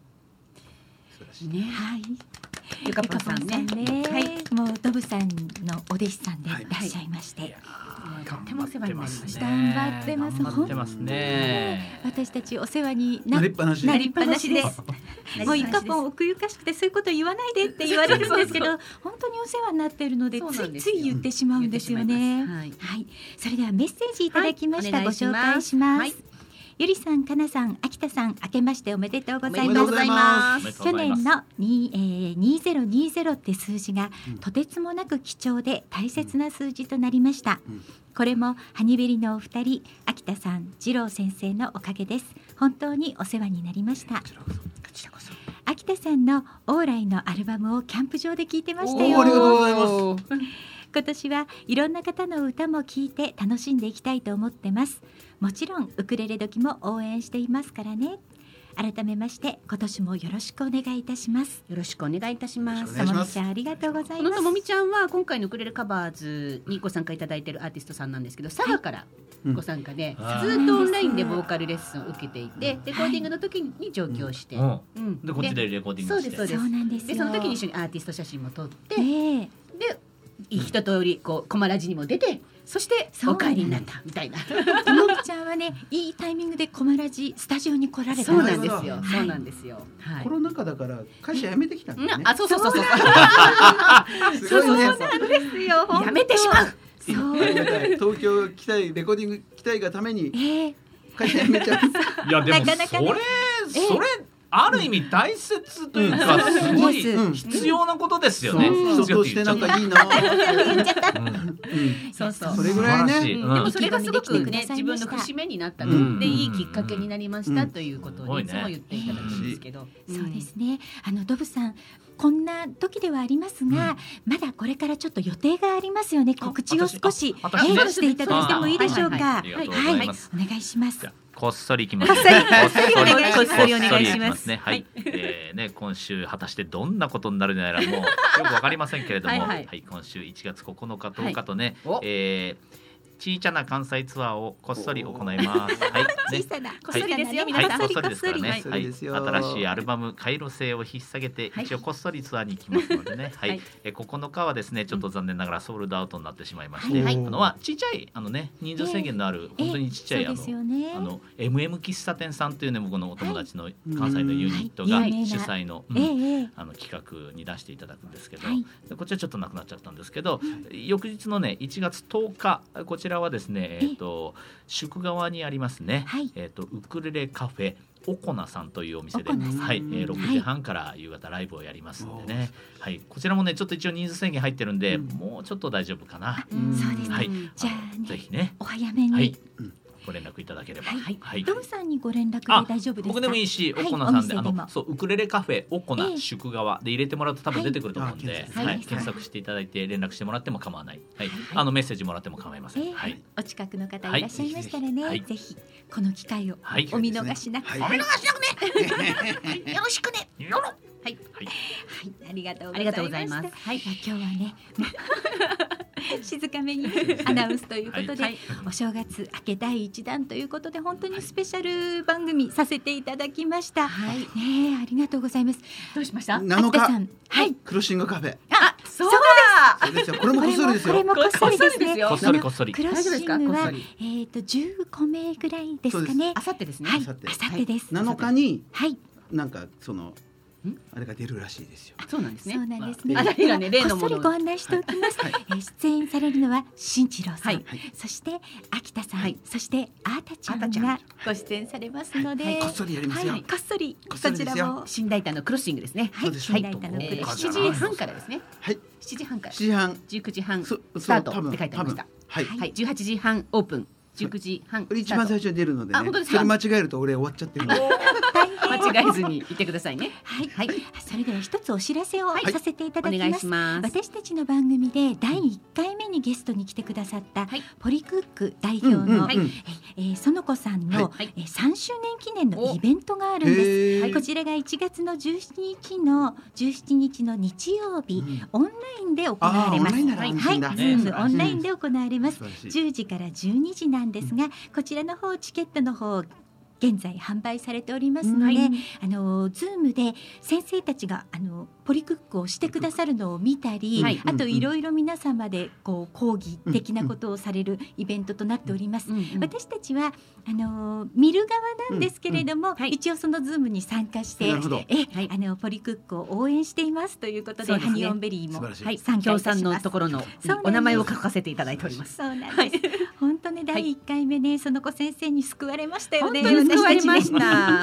ね、はい。ゆかぽんさんね、はい、もうドブさんのお弟子さんでいらっしゃいまして、はいはい、 とってもお世話になりました。 頑張ってます。 頑張ってますね。 私たちお世話になりっぱなしなりっぱなしです。もうゆかぽん奥ゆかしくてそういうこと言わないでって言われるんですけど、本当にお世話になっているのでついつい言ってしまうんですよね。はい、はい、それではメッセージいただきました、はい、ご紹介します。はい、ゆりさん、かなさん、秋田さん、明けましておめでとうございます。去年のに、えー、にせんにじゅうって数字がとてつもなく貴重で大切な数字となりました。うんうん、これもハニベリのお二人、秋田さん、次郎先生のおかげです。本当にお世話になりました。こちらこそ、こちらこそ。秋田さんのオーライのアルバムをキャンプ場で聴いてましたよ。 ありがとうございます。 今年はいろんな方の歌も聴いて楽しんでいきたいと思ってます。もちろんウクレレ時も応援していますからね。改めまして今年もよろしくお願いいたします。 よろしくお願いいたします。 ともみちゃんありがとうございます。 このともみちゃんは今回のウクレレカバーズにご参加いただいているアーティストさんなんですけど、佐賀からご参加で、うん、ずっとオンラインでボーカルレッスンを受けていて、レコーディングの時に上京して、 うんうん、でこっちでレコーディングして、 そうですそうです。そうなんですよ。でその時に一緒にアーティスト写真も撮って、えー、で一通りこうコマラジにも出て、そしてお帰りになったみたいな。 ともみちゃんはね、いいタイミングでコマラジスタジオに来られた。 そうなんですよ。そうなんですよ。 はい、コロナ禍だから会社辞めてきたんだね。 あ、そうそうそうそう。 そうなんですよ。 辞めてしまう。 そう。 東京来たい、レコーディング来たいがために会社辞めちゃう。 いやでもそれそれある意味大切というかすごい必要なことですよね。 人としてなんかいいな。 そうそう。 それぐらいね。 でもそれがすごくね、自分の節目になったのでいいきっかけになりましたということをいつも言っていただくんですけど。 そうですね。あのドブさん、こんな時ではありますが、まだこれからちょっと予定がありますよね。告知を少ししていただいてもいいでしょうか。はい、お願いします。 こっそり行きます。こっそりお願いしますね。はい。えーね、今週果たしてどんなことになるのやらもうよくわかりませんけれども、はい、今週いちがつここのかとおかとね、えー小さな関西ツアーをこっそり行います。はい、 小さな、こっそりですよ、皆さん。こっそりですからね。はい、新しいアルバム回路性を引っ提げて一応こっそりツアーに行きますのでね。はい、えここのかはですね、ちょっと残念ながらソールドアウトになってしまいまして、あのはちっちゃいあのね人数制限のある本当にちっちゃいあのあの エムエム 喫茶店さんというね、僕のお友達の関西のユニットが主催のあの企画に出していただくんですけど、こちらちょっとなくなっちゃったんですけど、翌日のねいちがつとおか、こちらはですね、えっと宿川にありますね、はい、えっとウクレレカフェおこなさんというお店で、はい、えー、ろくじはんから夕方ライブをやりますんでね、はい、こちらもねちょっと一応人数制限入ってるんで、うん、もうちょっと大丈夫かな。 そうですね、 はい、 じゃあ、ね、 ぜひねお早めに、はい、 ご連絡いただければ、 はいはい、ドブさんにご連絡で大丈夫ですか。 僕でもいいし、おこなさんで、あのそうウクレレカフェおこな宿川で入れてもらうと多分出てくると思うんで、はいはい、検索していただいて連絡してもらっても構わない、はいはい、あのメッセージもらっても構いません、えーはい、 お近くの方いらっしゃいましたらね、はい、ぜひこの機会をお見逃しなく、 はい、お見逃しなくねよろしくねよろはい、 はい、ありがとうございました。はい、今日はね静かめにアナウンスということで、 はい、 お正月明けだいいちだんということで本当にスペシャル番組させていただきました、はい、ねえありがとうございます。 どうしました？ なのかさん、はい、 クロッシングカフェ。 あ、そうだ。 そうですよ。これもこっそりですよ。 これもこっそりですね。 こっそりこっそり。 クロッシングはえっとじゅうごめいぐらいですかね。 あさってですね。 はい、あさってです。 なのかに、 はい、 なんかそのあれが出るらしいですよ。 そうなんですね。 そうなんですね。 あ、今ね例のものこっそりご案内しておきます。え出演されるのは新一郎さん、そして秋田さん、そしてあーたちゃんがご出演されますので、 こっそりやりますよ。 こっそりこちらも新大胆のクロッシングですね。 はい、新大胆のクロッシング。 しちじはんからですね。 はい。 しちじはんから。 しちじはん。 じゅうくじはんスタートって書いてありました。はい。はい。じゅうはちじはんオープン。じゅうくじはん。 これ一番最初に出るのでね。 あ、本当ですか。 それ間違えると俺終わっちゃってるので。 間違えずに言ってくださいね。 はい、はい、それでは一つお知らせをさせていただきます。 はい、 私たちの番組でだいいっかいめにゲストに来てくださった、はい、ポリクック代表の園子さんの、はい、さんしゅうねん記念のイベントがあるんです。はい、こちらがいちがつのじゅうしちにちのじゅうしちにちの日曜日、うん、オンラインで行われます。はい、はい、ズームオンラインで行われます。じゅうじからじゅうにじなんですが、こちらの方チケットの方現在販売されておりますので、はい、あのズームで先生たちがあのポリクックをしてくださるのを見たり、はい、あといろいろ皆様でこう講義的なことをされるイベントとなっております。うんうん、私たちはあの見る側なんですけれども、うんうんはい、一応そのズームに参加してえ、はい、あのポリクックを応援していますということで、ハニオンベリーも、はい、参加いたします。 のところのお名前を書かせていただいております。 そうなんです。はい、本当ねだいいっかいめね、その子先生に救われましたよね。 救われました。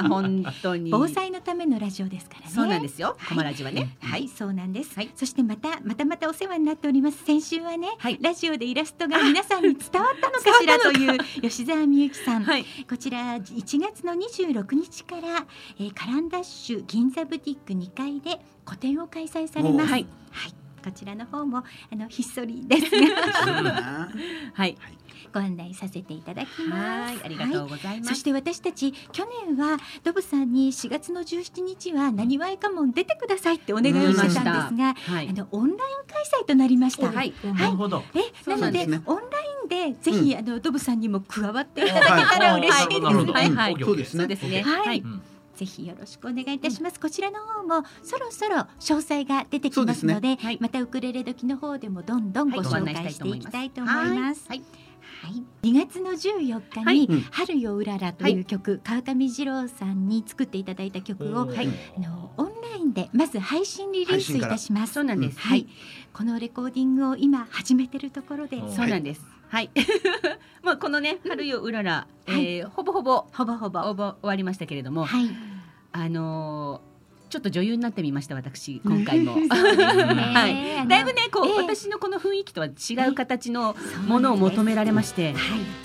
本当に防災のためのラジオですからね。 そうなんですよ。コマラジはね。 はい、そうなんです。はい、そしてまたまたまたお世話になっております。先週はね、はい、ラジオでイラストが皆さんに伝わったのかしらという吉澤美由紀さん、はい、こちらいちがつのにじゅうろくにちから、えー、カランダッシュ銀座ブティックにかいで個展を開催されます。はい、はい、こちらの方もあのひっそりですがはい、ご案内させていただきます。 はい、ありがとうございます。 はい、そして私たち去年はドブさんにしがつのじゅうしちにちはなにわいかもん出てくださいってお願いをしてたんですが、はい、あのオンライン開催となりました。はい、 なるほど。 え、なので、ね、オンラインでぜひ、うん、あのドブさんにも加わっていただけたら嬉しいです。はいはい、 そうですね。 そうですね。 はい。はい、ぜひよろしくお願いいたします。うん、こちらの方もそろそろ詳細が出てきますの で, で、ねはい、またウクレレ時の方でもどんどんご紹介していきたいと思います。はい、はい、にがつのじゅうよっかに、はい、春ようららという曲、はい、川上二郎さんに作っていただいた曲を、はい、あのオンラインでまず配信リリースいたします。 そうなんです。 はい、このレコーディングを今始めてるところで、 そうなんです。はい、まあこのね春ようらら、えーはい、ほぼほぼほぼほぼ終わりましたけれども、 はい、 あのーちょっと女優になってみました私今回も、はい、だいぶねこう、えー、私のこの雰囲気とは違う形のものを求められまして、はい、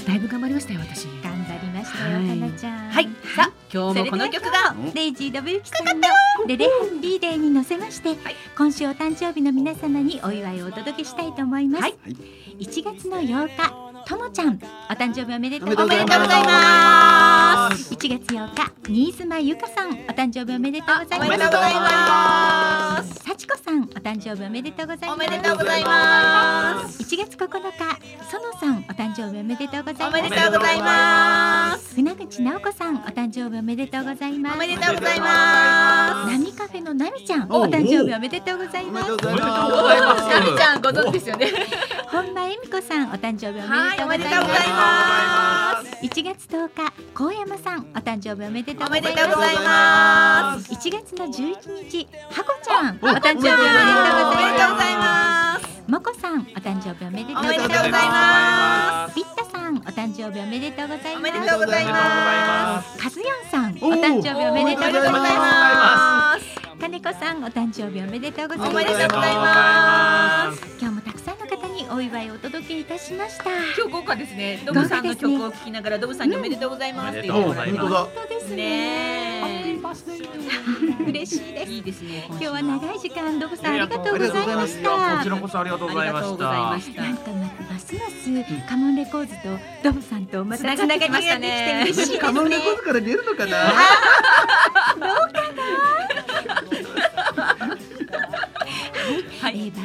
だいぶ頑張りましたよ私。 頑張りましたよ、はい、かなちゃん。 はい、さあ今日もこの曲がレイジードブユキさんのレレハッピーデーに乗せまして、はい、今週お誕生日の皆様にお祝いをお届けしたいと思います。はい、いちがつのようかともちゃんお誕生日おめでとうございます。いちがつようか新妻ゆかさんお誕生日おめでとうございます。 おめでとうございます。 幸子さんお誕生日おめでとうございます。 おめでとうございます。 いちがつここのか園さんお誕生日おめでとうございます。 おめでとうございます。 船口直子さんお誕生日おめでとうございます。 おめでとうございます。 ナミカフェのナミちゃんお誕生日おめでとうございます。 おめでとうございます。 ナミちゃんご存知ですよね。 本間恵美子さんお誕生日おめでとうございます。 おめでとうございます。 いちがつとおか高山さんお誕生日おめでとうございます。 おめでとうございます。 いちがつのじゅういちにちはこちゃんお誕生日おめでとうございます。もこさんお誕生日おめでとうございます。ピッタさんお誕生日おめでとうございます。 おめでとうございます。 カズヤンさんお誕生日おめでとうございます。金子さんお誕生日おめでとうございます。 おめでとうございます。 今日もたくさんの方にお祝いをお届けいたしました。 今日豪華ですね。ドブさんの曲を聴きながらドブさんにおめでとうございますって言ってます。 本当ですね。 嬉しいです。 いいですね。 今日は長い時間ドブさんありがとうございました。 こちらこそありがとうございました。 なんかますますカモンレコーズとドブさんとまたつながりができて嬉しいですね。 カモンレコーズから出るのかな。 どうかな。はい、えー、番組へのメ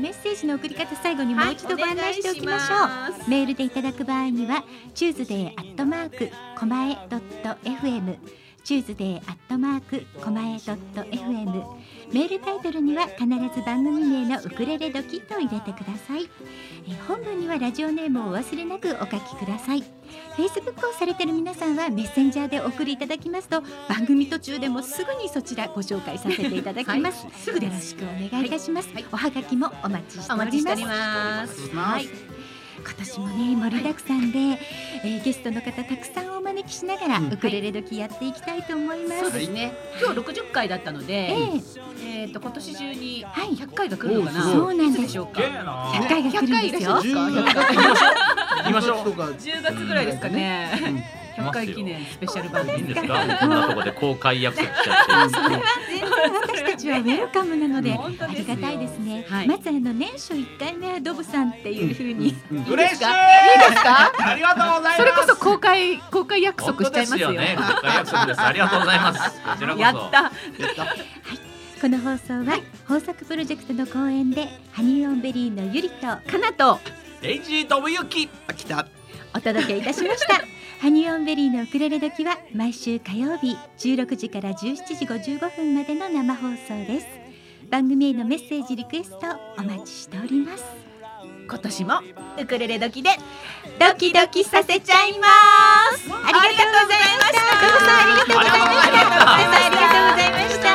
メッセージの送り方、最後にもう一度ご案内しておきましょう。 はい、 メールでいただく場合にはチューズデーアットマークコマエドット エフエム、チューズデーアットマークコマエドット エフエム、メールタイトルには必ず番組名のウクレレドキと入れてください。えー、本文にはラジオネームをお忘れなくお書きください。Facebook をされている皆さんはメッセンジャーでお送りいただきますと、番組途中でもすぐにそちらご紹介させていただきます。はい、すぐよろしくお願いいたします。はい、おはがきもお待ちしております。お待ちしております。はい、今年もね盛りだくさんで、はい、えー、ゲストの方たくさんお招きしながら、うん、ウクレレ時やっていきたいと思います。 そうですね、今日ろくじゅっかいだったので、えーえー、と今年中にひゃっかいが来るのかな、はい、 そうなんでしょうか。 ひゃっかいが来るんですよ。 じゅうがつ行きましょう。 じゅうがつぐらいですかね。ひゃっかい記念スペシャル番組。 いいんですか？こんなところで公開約束しちゃって。 それは全然私たちはウェルカムなのでありがたいですね。はい、まずあの年初いっかいめはドブさんっていう風に、 うんうん、嬉しい。いいですか？ ありがとうございます。 それこそ公開公開約束しちゃいますよ。 本当ですよね。公開約束です。ありがとうございます。こちらこそ。 やった。やった。 はい。この放送は豊作プロジェクトの公演でハニーオンベリーのゆりとかなとレイジーとぶゆき秋田お届けいたしました。ハニーオンベリーのウクレレ時は毎週火曜日じゅうろくじからじゅうしちじごじゅうごふんまでの生放送です。番組へのメッセージリクエストお待ちしております。 今年もウクレレ時でドキドキさせちゃいます。ありがとうございました。ありがとうございました。ありがとうございました。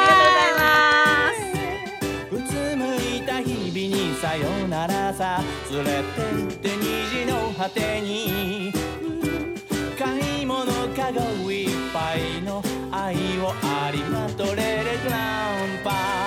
うつむいた日々にさよならさ、連れてって虹の果てに、買い物かごいっぱいの愛をありがとうレレグランパ。